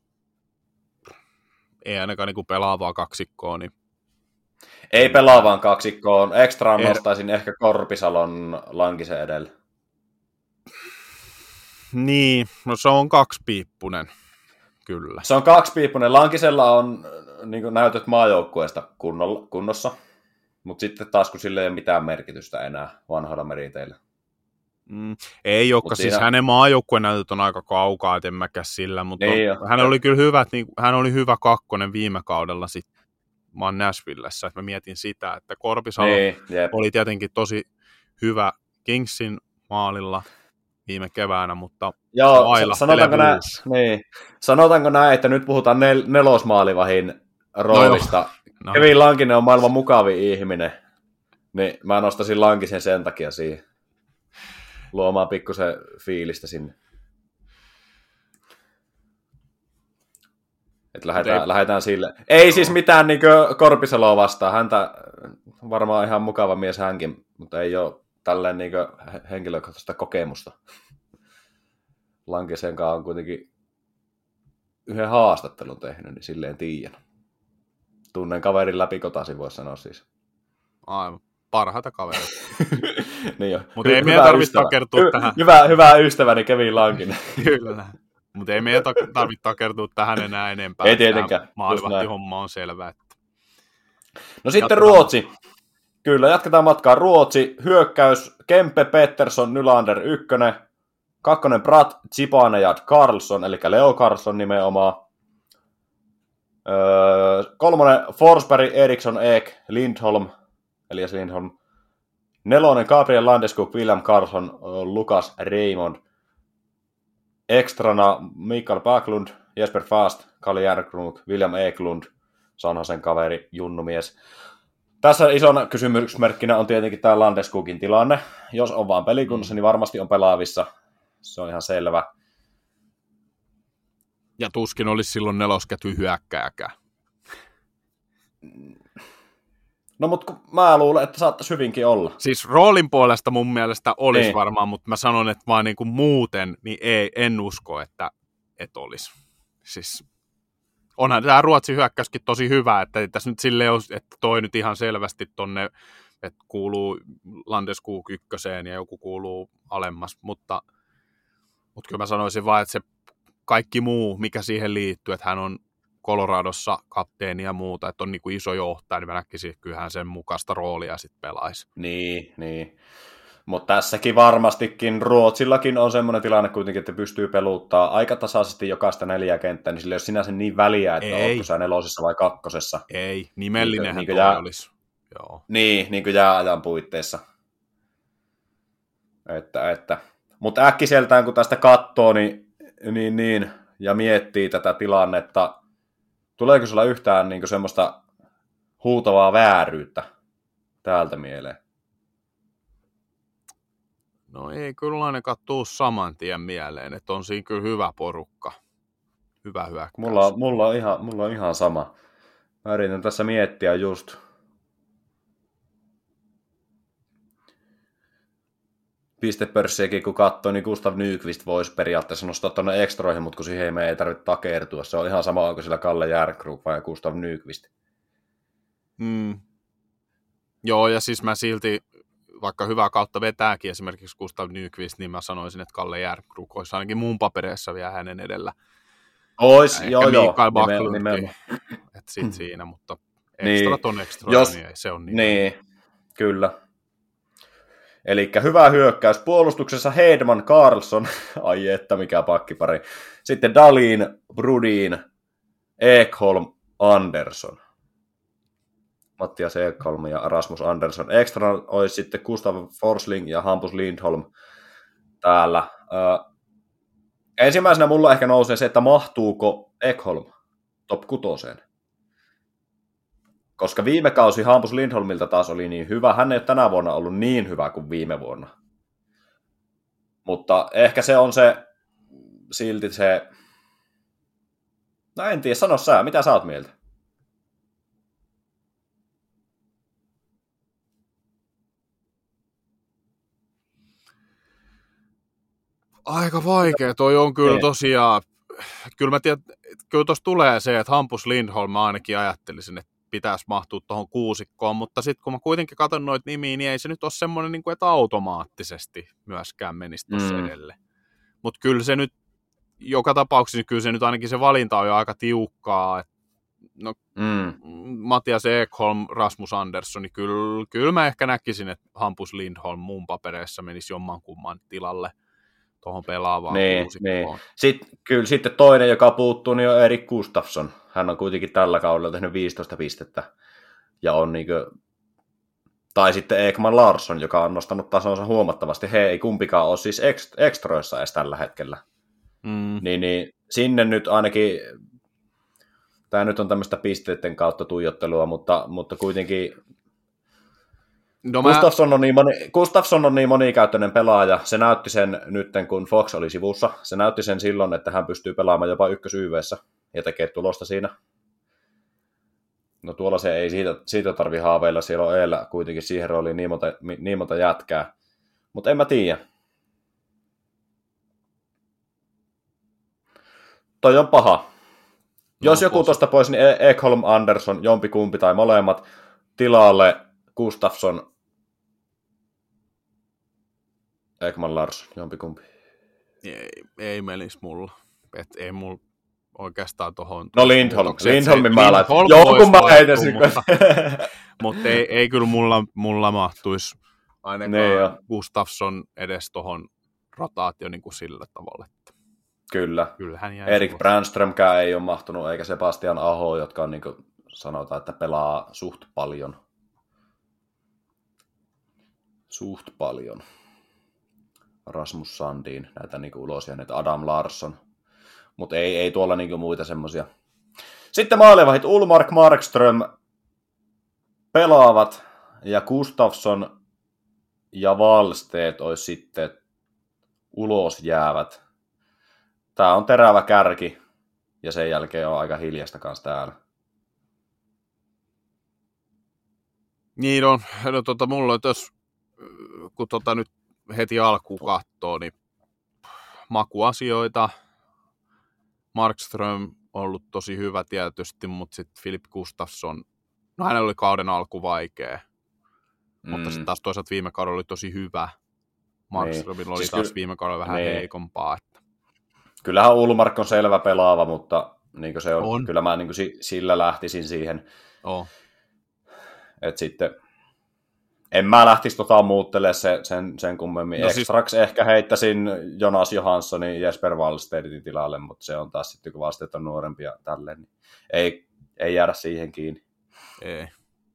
Ei ainakaan niinku pelaavaa kaksikkoa. Niin... Ei pelaavaan kaksikkoon. Ekstraan er... nostaisin ehkä Korpisalon Lankisen edellä. Niin, no se on kaksipiippunen, kyllä. Se on kaksipiippunen. Lankisella on niin näytöt maajoukkueesta kunnossa, mutta sitten taas kun sillä ei ole mitään merkitystä enää vanhoilla meriteillä. Mm, ei olekaan, siis siinä... hänen maajoukkueen näytöt on aika kaukaa, et en mäkään sillä, mutta on, hän oli kyllä hyvä, niin, hän oli hyvä kakkonen viime kaudella sitten, mä oon Nashvillessä, että mä mietin sitä, että Korpisalo niin, oli tietenkin tosi hyvä Kingsin maalilla viime keväänä, mutta joo, sanotaanko, näin, niin. sanotaanko näin, että nyt puhutaan nel- nelosmaalivahin roolista. No no. Kevin Lankinen on maailman mukavin ihminen, niin mä nostaisin Lankisen sen takia siihen. Luomaan pikkusen fiilistä sinne. Että lähdetään, ei, lähdetään sille. Ei no. siis mitään niin Korpisaloa vastaan. Häntä varmaan ihan mukava mies hänkin, mutta ei ole tälleen niin henkilökohtaista kokemusta. Lankisen kanssa on kuitenkin yhden haastattelun tehnyt, niin silleen tiedän. Tunnen kaverin läpikotaisin, voisi sanoa siis. Aivan. Parhaita kavereita. niin mutta ei meidän tarvitse takertua Hy- tähän. Hyvä, hyvä ystäväni Kevin Lankinen. Kyllä. Mutta ei meidän tarvitse takertua tähän enää enempää. Ei tietenkään. Maalivahtihomma on selvä. Että... No sitten jatketaan. Ruotsi. Kyllä, jatketaan matkaa. Ruotsi, hyökkäys, Kempe, Pettersson, Nylander, ykkönen. Kakkonen, Bratt, Zibanejad, Karlsson, eli Leo Karlsson nimenomaan. Öö, kolmonen, Forsberg, Eriksson, Ek, Lindholm, Elias Lindholm. Nelonen, Gabriel Landeskog, William Karlsson, Lukas Raymond. Ekstrana, Mikael Backlund, Jesper Fast, Kalle Järnkrok, William Eklund, Sanhasen kaveri, junnumies. Tässä isona kysymysmerkkinä on tietenkin tämä Landeskogin tilanne. Jos on vaan pelikunnossa, niin varmasti on pelaavissa. Se on ihan selvä. Ja tuskin olisi silloin nelosketju hyökkääkään. No mutta mä luulen, että saattaisi hyvinkin olla. Siis roolin puolesta mun mielestä olisi niin. varmaan, mutta mä sanon, että vaan niin kuin muuten, niin ei, en usko, että, että olisi. Siis onhan tämä Ruotsin hyökkäyskin tosi hyvä, että tässä nyt silleen on, että toi nyt ihan selvästi tonne, että kuuluu Landeskog ykköseen ja joku kuuluu alemmas, mutta, mutta kyllä mä sanoisin vaan, että se kaikki muu, mikä siihen liittyy, että hän on Coloradossa kapteeni ja muuta, että on niin kuin iso johtaja, niin mä näkisin, että kyllähän sen mukaista roolia sitten pelaisi. Niin, niin. Mutta tässäkin varmastikin Ruotsillakin on semmoinen tilanne kuitenkin, että pystyy peluttaa aika tasaisesti jokaista neljä kenttää, niin sillä ei ole sinänsä niin väliä, että ei. Onko sä nelosessa vai kakkosessa. Ei, nimellinenhän niin, niin jää, olisi. Joo. Niin, niin kuin jääajan puitteissa. Että, että. Mutta äkkiseltään kun tästä katsoo, niin, niin, niin, ja miettii tätä tilannetta, tuleeko sulla yhtään niin kuin semmoista huutavaa vääryyttä täältä mieleen? No ei kyllä ainakaan tuu saman tien mieleen, että on siinä kyllä hyvä porukka. Hyvä hyökkäys. Mulla, mulla, on ihan, mulla on ihan sama. Mä yritän tässä miettiä just. Pistepörssiäkin kun katsoo, niin Gustav Nyqvist voisi periaatteessa nostaa tuonne ekstroihin, mutta kun siihen ei tarvitse takertua. Se on ihan sama, onko sillä Kalle Järnkrok vai Gustav Nyqvist. Mm. Joo, ja siis mä silti, vaikka hyvää kautta vetääkin esimerkiksi Gustav Nyqvist, niin mä sanoisin, että Kalle Järnkrok olisi ainakin mun papereissa vielä hänen edellä. Ois, ja joo, joo. Mikael Backlundkin, että sit hmm. siinä, mutta ekstrat on ekstroja, Jos, niin ei se on niin. Niin, kyllä. Eli hyvä hyökkäys puolustuksessa Hedman, Karlsson, ai että mikä pakkipari. Sitten Dahlin, Brodin, Ekholm, Andersson. Mattias Ekholm ja Rasmus Andersson. Ekstra olisi sitten Gustav Forsling ja Hampus Lindholm täällä. Ö, ensimmäisenä mulla ehkä nousee se, että mahtuuko Ekholm top kutoseen. Koska viime kausi Hampus Lindholmilta taas oli niin hyvä. Hän ei ole tänä vuonna ollut niin hyvä kuin viime vuonna. Mutta ehkä se on se, silti se, no en tiedä, sano sä, mitä sä oot mieltä? Aika vaikea, toi on kyllä tosiaan, kyllä mä tiedän, kyllä tuossa tulee se, että Hampus Lindholm mä ainakin ajattelisin, että pitäisi mahtua tuohon kuusikkoon, mutta sitten kun mä kuitenkin katson noita nimiä, niin ei se nyt ole semmoinen, niin kuin, että automaattisesti myöskään menisi tuossa mm. edelle. Mutta kyllä se nyt, joka tapauksessa, niin kyllä se nyt ainakin se valinta on jo aika tiukkaa, että no, mm. Matias Ekholm, Rasmus Andersson, niin kyllä, kyllä mä ehkä näkisin, että Hampus Lindholm mun papereissa menisi jommankumman tilalle tuohon pelaavaan niin, kuusikkoon. Niin. Sitten, kyllä sitten toinen, joka puuttuu, niin on Erik Gustafsson. Hän on kuitenkin tällä kaudella tehnyt viisitoista pistettä. Ja on niin kuin... Tai sitten Ekman Larsson, joka on nostanut tasonsa huomattavasti. He ei kumpikaan ole siis ekstroissa edes tällä hetkellä. Mm. Niin, niin sinne nyt ainakin... Tämä nyt on tämmöistä pisteiden kautta tuijottelua, mutta, mutta kuitenkin... No mä... Gustafsson, on niin moni, Gustafsson on niin monikäyttöinen pelaaja. Se näytti sen nyt, kun Fox oli sivussa. Se näytti sen silloin, että hän pystyy pelaamaan jopa ykkös-YV:ssä ja tekee tulosta siinä. No tuolla se ei siitä, siitä tarvi haaveilla. Siellä on Eellä kuitenkin siihen rooliin niin monta, niin monta jätkää. Mutta en mä tiedä. Toi on paha. Jos no, joku tuosta pois, niin Ekholm, Andersson, jompikumpi tai molemmat. Tilalle Gustafsson, Ekman Larsson, jompikumpi. Ei, ei menisi mulla. Et ei mulla oikeastaan tohon... No Lindholm, Lindholmin mä laitan. Joku mä heitän sen. Mutta, mutta ei, ei kyllä mulla, mulla mahtuisi ainakaan ne, Gustafsson edes tohon rotaatio niin kuin sillä tavalla. Kyllä. Kyllähän Erik Brandströmkään ei ole mahtunut, eikä Sebastian Aho, jotka on niin kuin sanotaan, että pelaa suht paljon. Suht paljon. Rasmus Sandin, näitä niin ulos ja näitä Adam Larsson. Mutta ei, ei tuolla niin muita semmoisia. Sitten maalivahdit Ulmark, Markström pelaavat ja Gustafsson ja Wallstedt olisi sitten ulos jäävät. Tämä on terävä kärki ja sen jälkeen on aika hiljasta kanssa täällä. Niin on. No, tota, mulla on tos, kun tota nyt heti alkuun katsoo, niin makuasioita. Markström on ollut tosi hyvä tietysti, mutta sitten Filip Gustafsson, no hänellä oli kauden alku vaikea, mm. mutta sitten taas toisaalta viime kaudella oli tosi hyvä. Markströmillä niin. oli siis taas ky- viime kaudella vähän niin. heikompaa. Että... Kyllähän Ulmark on selvä pelaava, mutta niin se on, on. kyllä mä niin sillä lähtisin siihen. Oh. Että sitten en mä lähtisi tota muuttelemaan se, sen, sen kummemmin. No Ekstraksi siis... ehkä heittäisin Jonas Johanssonin Jesper Wallstedtin tilalle, mutta se on taas sitten, kun Wallstedt on nuorempia tälleen, niin ei, ei jäädä siihen kiinni. Ei.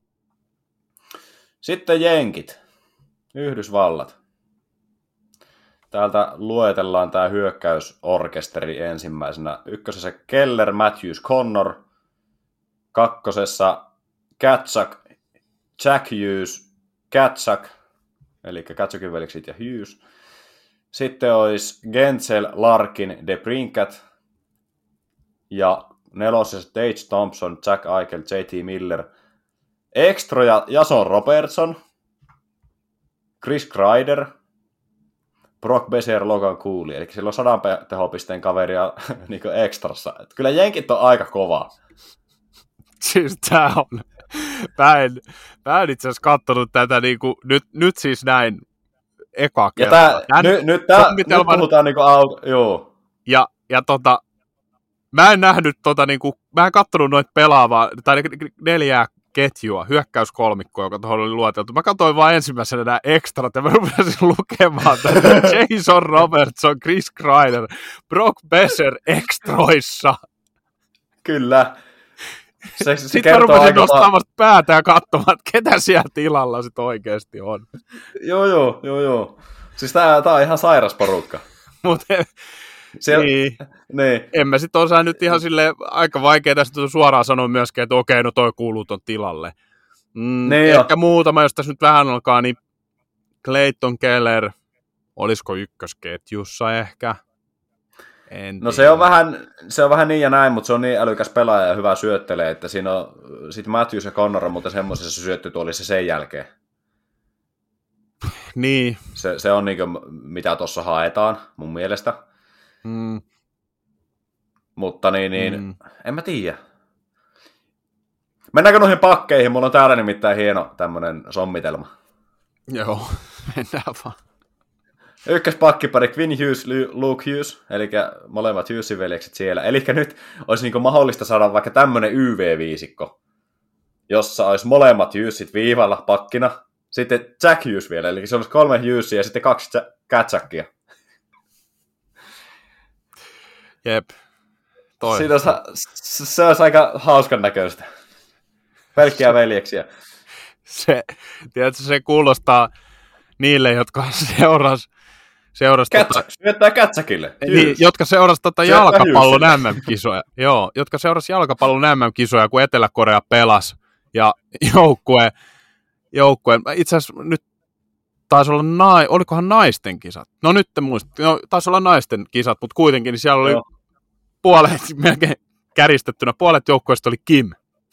Sitten jenkit. Yhdysvallat. Täältä luetellaan tämä hyökkäysorkesteri ensimmäisenä. Ykkösessä Keller, Matthews, Connor. Kakkosessa Katsak, Jack Hughes, Katsak, eli Katsakin veliksit ja Hughes. Sitten olisi Gensel, Larkin, DeBrincat. Ja nelosessa Tage Thompson, Jack Eichel, J T Miller. Ekstroja Jason Robertson, Chris Kreider, Brock Besser, Logan Cooley. Eli sillä on sadan tehopisteen kaveria niin kuin ekstrassa. Et kyllä jenkit on aika kova. Siis tää on... Mä en, mä en itse asiassa kattonut tätä niinku, nyt, nyt siis näin eka kertaa. Tää, nyt, nyt, tää, nyt puhutaan niinku au, joo. Ja, ja tota, mä en nähnyt tota niinku, mä en kattonut noita pelaavaa, tai neljää ketjua, hyökkäyskolmikkoa, joka tuohon oli luoteltu. Mä katsoin vaan ensimmäisenä nämä ekstrat, ja mä rupesin lukemaan tätä Jason Robertson, Chris Kreider, Brock Besser ekstroissa. Kyllä. Se, se sitten mä rupesin nostamaan vasta päätä ja katsomaan, että ketä siellä tilalla sit oikeasti on. Joo, joo, joo, joo. Siis tää, tää on ihan sairas porukka. Mut Siellä, niin. niin. En mä sit osaa nyt ihan silleen, aika vaikea tästä suoraan sanoa myöskään, että okei, no toi kuuluu ton tilalle. Mm, niin ehkä jo. Muutama, jos tässä nyt vähän alkaa, niin Clayton Keller, olisiko ykkösketjussa ehkä? En no se on, vähän, se on vähän niin ja näin, mutta se on niin älykäs pelaaja ja hyvä syöttelee, että siinä on, sit Matthews ja Connor on muuten semmoisessa syöttötuolissa sen jälkeen. Niin. Se, se on niin kuin, mitä tuossa haetaan, mun mielestä. Mm. Mutta niin, niin mm. en mä tiedä. Mennäänkö noihin pakkeihin? Mulla on täällä nimittäin hieno tämmönen sommitelma. Joo, mennään vaan. ykköspakkipari Quinn Hughes, Luke Hughes, eli molemmat Hughesin veljekset siellä. Eli nyt olisi niin mahdollista saada vaikka tämmöinen Y V-viisikko, jossa olisi molemmat Hughesit viivalla pakkina, sitten Jack Hughes vielä, eli se olisi kolme Hughesia ja sitten kaksi Katzackia. Jep. Siitä olisi, se olisi aika hauskan näköistä. Pelkkiä veljeksiä. Se, tiedätkö, se kuulostaa niille, jotka seuras, seuras Katsak, tota, syöttää Katsakille. Niin, jotka seurasi tota jalkapallon M M-kisoja. Joo, jotka seurasi jalkapallon M M-kisoja, kun Etelä-Korea pelasi. Ja joukkue, joukkue itse asiassa nyt taisi olla, nai, olikohan naisten kisat? No nyt te muistat, no, taisi olla naisten kisat, mutta kuitenkin niin siellä oli Joo. puolet, melkein käristettynä, puolet joukkueesta oli Kim.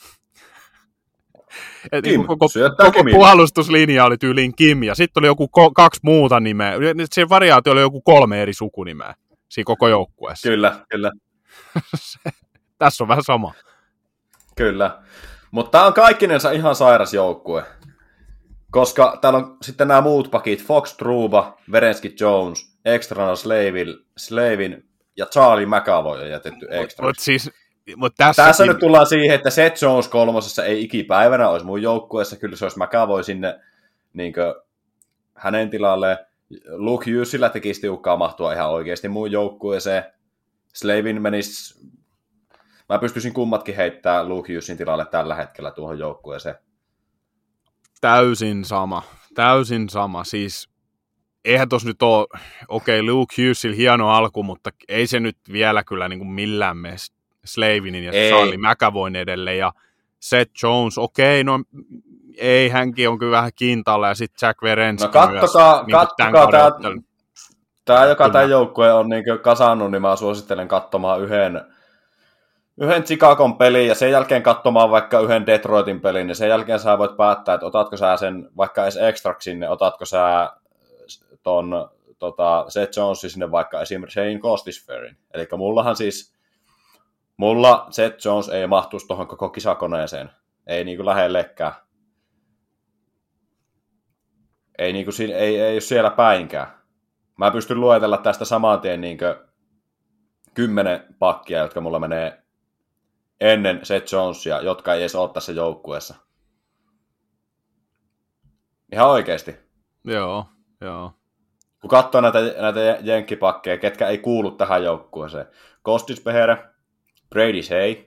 Et Kim, koko, koko puolustuslinja oli tyyliin Kim, ja sitten oli joku ko- kaksi muuta nimeä. Siinä variaatio oli joku kolme eri sukunimeä siinä koko joukkueessa. Kyllä, kyllä. Tässä on vähän sama. Kyllä. Mutta tämä on kaikkinensa ihan sairas joukkue. Koska täällä on sitten nämä muut pakit, Fox, Trouba, Werenski, Jones, Extrana, Slavin, Slavin ja Charlie McAvoy on jätetty extra. Mutta siis... Mut tässä tässä nyt tullaan siihen, että Seth Jones kolmosessa ei ikipäivänä olisi mun joukkueessa. Kyllä se olisi McAvoy sinne niin hänen tilalleen. Luke Hughesillä tekisi tiukkaa mahtua ihan oikeasti mun joukkueeseen. Slavin menisi... Mä pystyisin kummatkin heittämään Luke Hughesin tilalle tällä hetkellä tuohon joukkueeseen. Täysin sama. Täysin sama. Siis eihän tos nyt ole... Okei, okay, Luke Hughesilla hieno alku, mutta ei se nyt vielä kyllä niin kuin millään mene Slavinin ja ei. Charlie McAvoyn edelle, ja Seth Jones, okei, okay, no ei, hänkin on kyllä vähän kintaalla, ja sitten Jack Werenski no kattokaa, myös. Kattokaa tämä, tämä, joka tämän joukkueen on niin kasannut, niin mä suosittelen katsomaan yhden, yhden Chicagon pelin, ja sen jälkeen katsomaan vaikka yhden Detroitin pelin, ja sen jälkeen sä voit päättää, että otatko sä sen vaikka edes extraksi sinne, otatko sä ton tota, Seth Jonesin sinne vaikka esimerkiksi Shane Gostisberin. Eli mullahan siis Mulla Seth Jones ei mahtuisi tuohon koko kisakoneeseen. Ei niinku lähellekään. Ei, niinku, ei, ei ole siellä päinkään. Mä pystyn luetella tästä saman tien niinku kymmenen pakkia, jotka mulla menee ennen Seth Jonesia, jotka ei edes ole tässä joukkueessa. Ihan oikeesti. Joo, joo. Kun katsoo näitä, näitä jenkkipakkeja, ketkä ei kuulu tähän joukkueeseen. Gostisbehere, Brady Hay,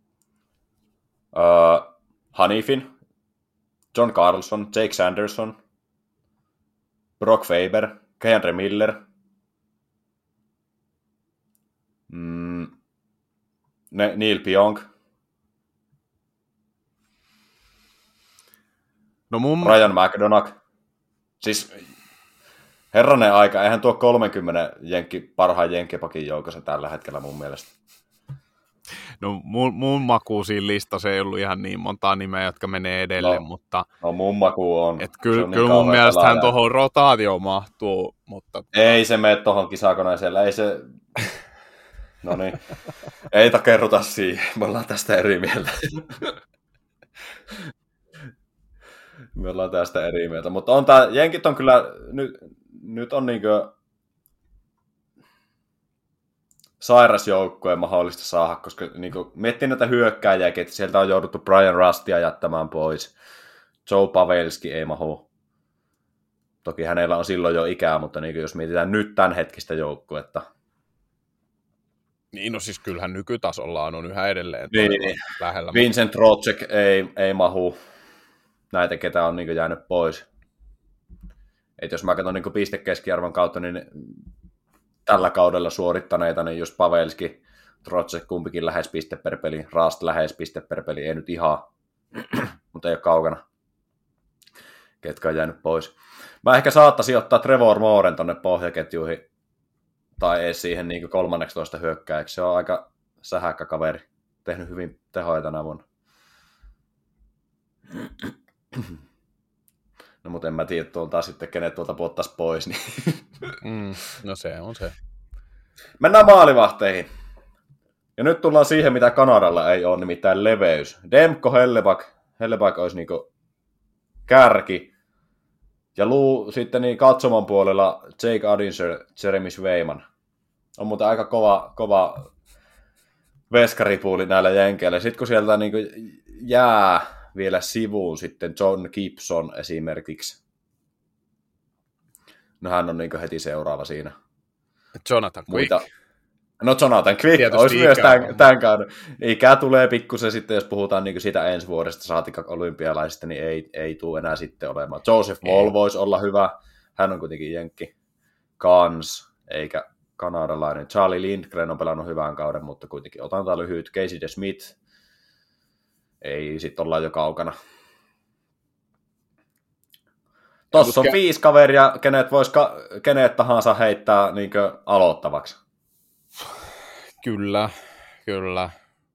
uh, Hanifin, John Carlson, Jake Sanderson, Brock Faber, Keandre Miller, mm, Neil Pionk, no mun... Ryan McDonough. Siis herranen aika, eihän tuo kolmekymmentä jenkki, parhaan jenkkipakin joukossa tällä hetkellä mun mielestä. No mun, mun maku siinä listassa ei ollut ihan niin montaa nimeä, jotka menee edelle, no, mutta... No mun maku on. Et kyllä on kyllä niin mun mielestä hän tuohon rotaatioon mahtuu, mutta... Ei se mene tuohon kisakoneeseen, ei se... No niin, ei takerruta siihen, me ollaan tästä eri mieltä. Me ollaan tästä eri mieltä, mutta on tää, jenkit on kyllä, nyt, nyt on niinkö... sairas joukkoja mahdollista saada, koska niin kuin, miettii näitä hyökkääjiä, että sieltä on jouduttu Brian Rustia jättämään pois. Joe Pavelski ei mahu. Toki hänellä on silloin jo ikää, mutta niin kuin, jos mietitään nyt tämän hetkistä joukkuetta. Niin, no siis kyllähän nykytasollaan on yhä edelleen niin, lähellä. Vincent Trocek ei, ei mahu. Näitä, ketä on niin kuin, jäänyt pois. Et jos mä katson niin kuin pistekeskiarvon kautta, niin tällä kaudella suorittaneita, niin just Pavelski, Trocek kumpikin lähes piste per peli, Rast lähes piste per peli, ei nyt ihan, mutta ei ole kaukana, ketkä on jäänyt pois. Mä ehkä saattaisin ottaa Trevor Mooren tonne pohjaketjuihin, tai edes siihen niin kolmannekstoista hyökkääjäksi. Se on aika sähäkkä kaveri, tehnyt hyvin tehoja tänä vuonna. No mutta en mä tiedä tuolta sitten, kenet tuolta puottaisi pois. Niin. Mm, no se on se. Mennään maalivahteihin. Ja nyt tullaan siihen, mitä Kanadalla ei ole, nimittäin leveys. Demko Hellebak, Hellebak olisi niinku kärki. Ja luu sitten niin katsomon puolella Jake Adinger, Jeremy Swayman. On muuten aika kova, kova veskaripuuli näillä jenkeillä. Sitten kun sieltä niin kuin jää vielä sivuun sitten John Gibson esimerkiksi. No hän on niin kuin heti seuraava siinä. Jonathan Quick. Muita... No Jonathan Quick Tietysti olisi myös ikää tämän, tämän kauden. Ikä tulee pikkusen sitten, jos puhutaan niin siitä ensi vuodesta saatikka olympialaisista, niin ei, ei tule enää sitten olemaan. Joseph Wall voisi olla hyvä. Hän on kuitenkin jenkki. Kans, eikä kanadalainen. Charlie Lindgren on pelannut hyvän kauden, mutta kuitenkin otantaa lyhyt. Casey DeSmith. Ei, sitten ollaan jo kaukana. Tossa on viisi kaveria, kenet vois ka- kenet tahansa heittää niin aloittavaksi. Kyllä, kyllä.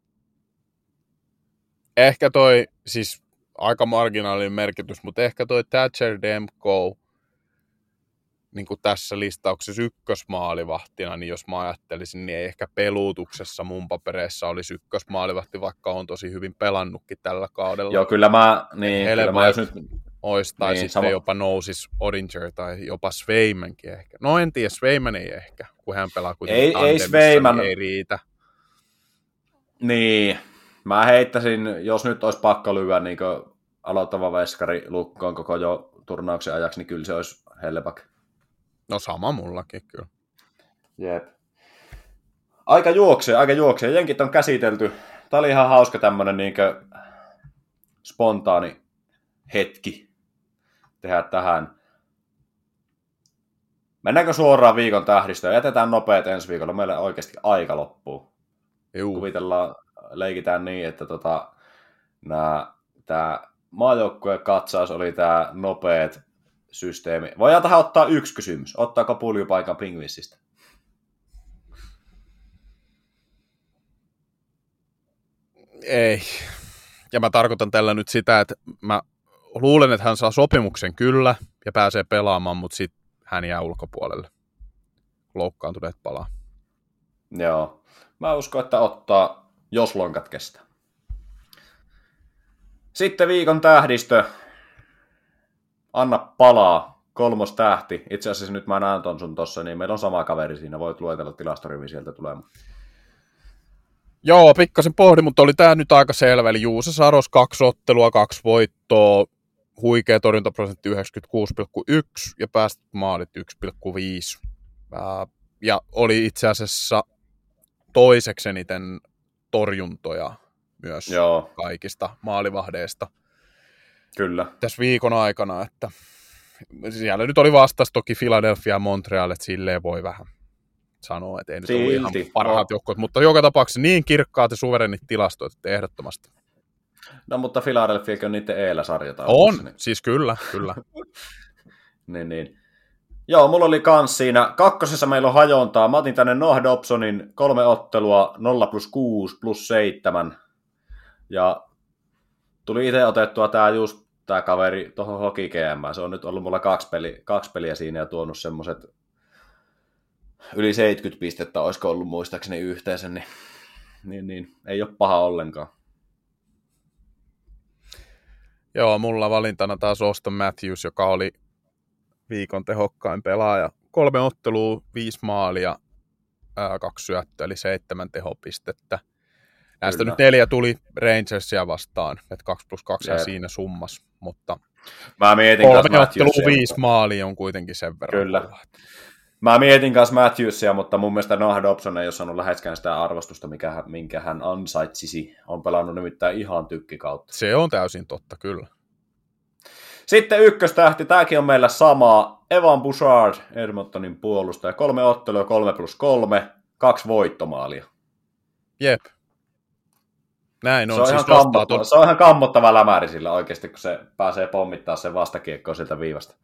Ehkä toi, siis aika marginaalinen merkitys, mutta ehkä toi Thatcher Demko niin kuin tässä listauksessa ykkösmaalivahtina, niin jos mä ajattelisin, niin ei ehkä peluutuksessa mun papereissa olisi ykkösmaalivahti, vaikka on tosi hyvin pelannutkin tällä kaudella. Joo, kyllä mä, niin, kyllä mä jos nyt... Ois, tai niin, sitten sama... jopa nousis Odinger tai jopa Swaymankin ehkä. No en tiedä, Swayman ei ehkä, kun hän pelaa kuitenkin ei, tandemissa, ei, Swayman... niin ei riitä. Niin, mä heittäisin, jos nyt olisi pakko lyödä niin aloittava veskari lukkoon koko jo turnauksen ajaksi, niin kyllä se olisi Hellebäck. No sama mullakin kyllä. Jep. Aika juoksee, aika juoksee. Jenkit on käsitelty. Tää oli ihan hauska tämmönen niin spontaani hetki tehdä tähän. Mennäänkö suoraan viikon tähdistöön? Jätetään nopeat ensi viikolla. Meillä oikeasti aika loppuu. Juu. Kuvitellaan, leikitään niin, että tota, tämä maajoukkueen katsaus oli tämä nopeat systeemi. Voidaan tähän ottaa yksi kysymys. Ottaako Pulju paikan Pingvissistä? Ei. Ja mä tarkoitan tällä nyt sitä, että mä luulen, että hän saa sopimuksen kyllä ja pääsee pelaamaan, mutta sitten hän jää ulkopuolelle. Loukkaantuneet palaa. Joo. Mä uskon, että ottaa, jos lonkat kestää. Sitten viikon tähdistö. Anna palaa. Kolmos tähti. Itse asiassa nyt mä näen ton sun tossa, niin meillä on sama kaveri siinä. Voit luetella tilastorivi sieltä tulemaan. Joo, pikkasen pohdin, mutta oli tää nyt aika selvä. Eli Juuse Saros, kaksi ottelua, kaksi voittoa, huikea torjuntaprosentti yhdeksänkymmentäkuusi pilkku yksi ja päästöt maalit yksi pilkku viisi. Ja oli itse asiassa toiseksi eniten torjuntoja myös Joo. kaikista maalivahdeista. Kyllä. Tässä viikon aikana, että siellä nyt oli vastas toki Philadelphia ja Montreal, että silleen voi vähän sanoa, että ei nyt ollut ihan parhaat no. joukkueet, mutta joka tapauksessa niin kirkkaat ja suverenit tilastot, että ehdottomasti. No mutta Philadelphiakin on niiden eellä sarjata. On, niin. Siis kyllä, kyllä. niin, niin. Joo, mulla oli kans siinä. Kakkosessa meillä on hajontaa. Mä otin tänne Noah Dobsonin kolme ottelua, nolla plus kuusi plus seitsemän. Ja tuli itse otettua tää just tää kaveri tohon Hockey G M. Se on nyt ollut mulla kaksi, peli, kaksi peliä siinä ja tuonut semmoset yli seitsemänkymmentä pistettä, olisiko ollut muistaakseni yhteensä, niin, niin, niin ei ole paha ollenkaan. Joo, mulla valintana taas Auston Matthews, joka oli viikon tehokkain pelaaja. Kolme ottelua, viisi maalia, ää, kaksi syöttöä, eli seitsemän tehopistettä. Näistä Kyllä. nyt neljä tuli Rangersia vastaan, että kaksi plus kaksi on siinä summas, mutta Mä mietin kolme ottelua, viisi maalia on kuitenkin sen verran. Kyllä. Olla. Mä mietin kanssa Matthewsia, mutta mun mielestä Noah Dobson ei ole saanut läheskään sitä arvostusta, mikä, minkä hän ansaitsisi. On pelannut nimittäin ihan tykkikautta. Se on täysin totta, kyllä. Sitten ykköstähti, tämäkin on meillä sama. Evan Bouchard, Edmontonin puolustaja. Kolme ottelua, kolme plus kolme, kaksi voittomaalia. Jep. Näin on. Se on, siis ihan, kammottava, se on ihan kammottava lämäri sillä oikeasti, kun se pääsee pommittaa sen vastakiekkoon sieltä viivasta.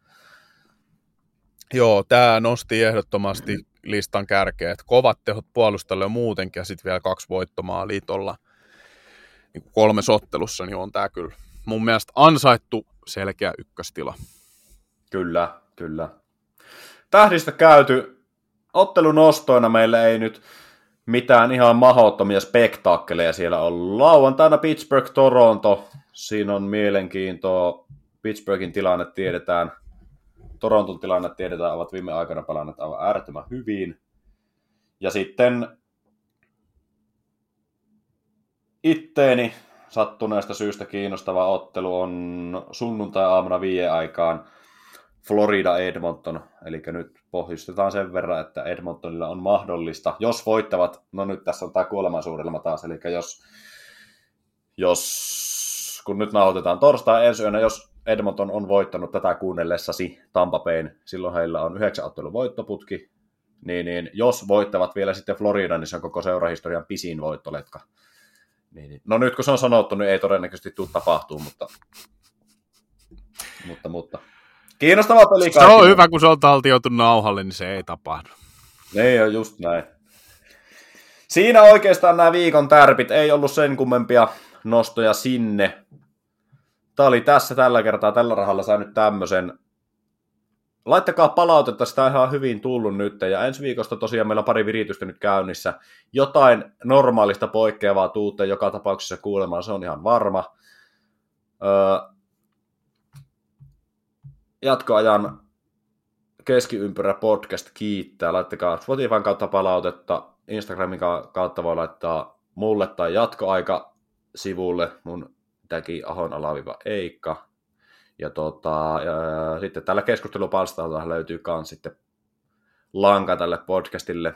Joo, tämä nosti ehdottomasti listan kärkeä, että kovat tehot puolustajalle on muutenkin, ja sitten vielä kaksi voittomaalia tuolla niin kolmes ottelussa, niin on tämä kyllä mun mielestä ansaittu selkeä ykköstila. Kyllä, kyllä. Tähdistä käyty. Ottelunostoina meillä ei nyt mitään ihan mahdottomia spektaakkeleja siellä on. Lauantaina Pittsburgh, Toronto. Siinä on mielenkiintoa. Pittsburghin tilanne tiedetään. Toronton tilanne tiedetään, ovat viime aikana pelanneet aivan äärettömän hyvin. Ja sitten itteeni sattuneesta syystä kiinnostava ottelu on sunnuntai-aamuna viiden aikaan Florida-Edmonton. Eli nyt pohjustetaan sen verran, että Edmontonilla on mahdollista, jos voittavat, no nyt tässä on tämä kuolemansuudelma taas, eli jos, jos kun nyt nauhoitetaan torstai ensi yönä, jos Edmonton on voittanut tätä kuunnellessasi Tampa Bayn, silloin heillä on yhdeksän ottelun voittoputki, niin, niin jos voittavat vielä sitten Florida, niin se on koko seurahistorian pisin voittoletka. Niin, no nyt kun se on sanottu, niin ei todennäköisesti tule tapahtuu, mutta, mutta, mutta. Kiinnostava peli. Se on hyvä, kun se on taltioitu nauhalle, niin se ei tapahdu. Ei ole just näin. Siinä oikeastaan nämä viikon tärpit, ei ollut sen kummempia nostoja sinne. Tämä oli tässä tällä kertaa, tällä rahalla saa nyt tämmöisen. Laittakaa palautetta, sitä on ihan hyvin tullut nyt, ja ensi viikosta tosiaan meillä on pari viritystä nyt käynnissä. Jotain normaalista poikkeavaa tuutte joka tapauksessa kuulemaan, se on ihan varma. Öö, jatkoajan keskiympyrä podcast kiittää. Laittakaa Spotifyn kautta palautetta, Instagramin kautta voi laittaa mulle tai jatkoaika-sivulle, mun tagi Ahon alaviva Eikka. Ja, tota, ja sitten tällä keskustelupalstalta löytyy myös sitten lanka tälle podcastille.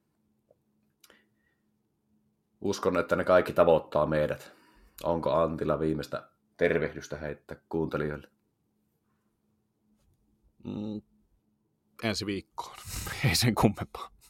Uskon, että ne kaikki tavoittaa meidät. Onko Antilla viimeistä tervehdystä heittää kuuntelijoille? Mm, ensi viikkoon. Ei sen kummempaa.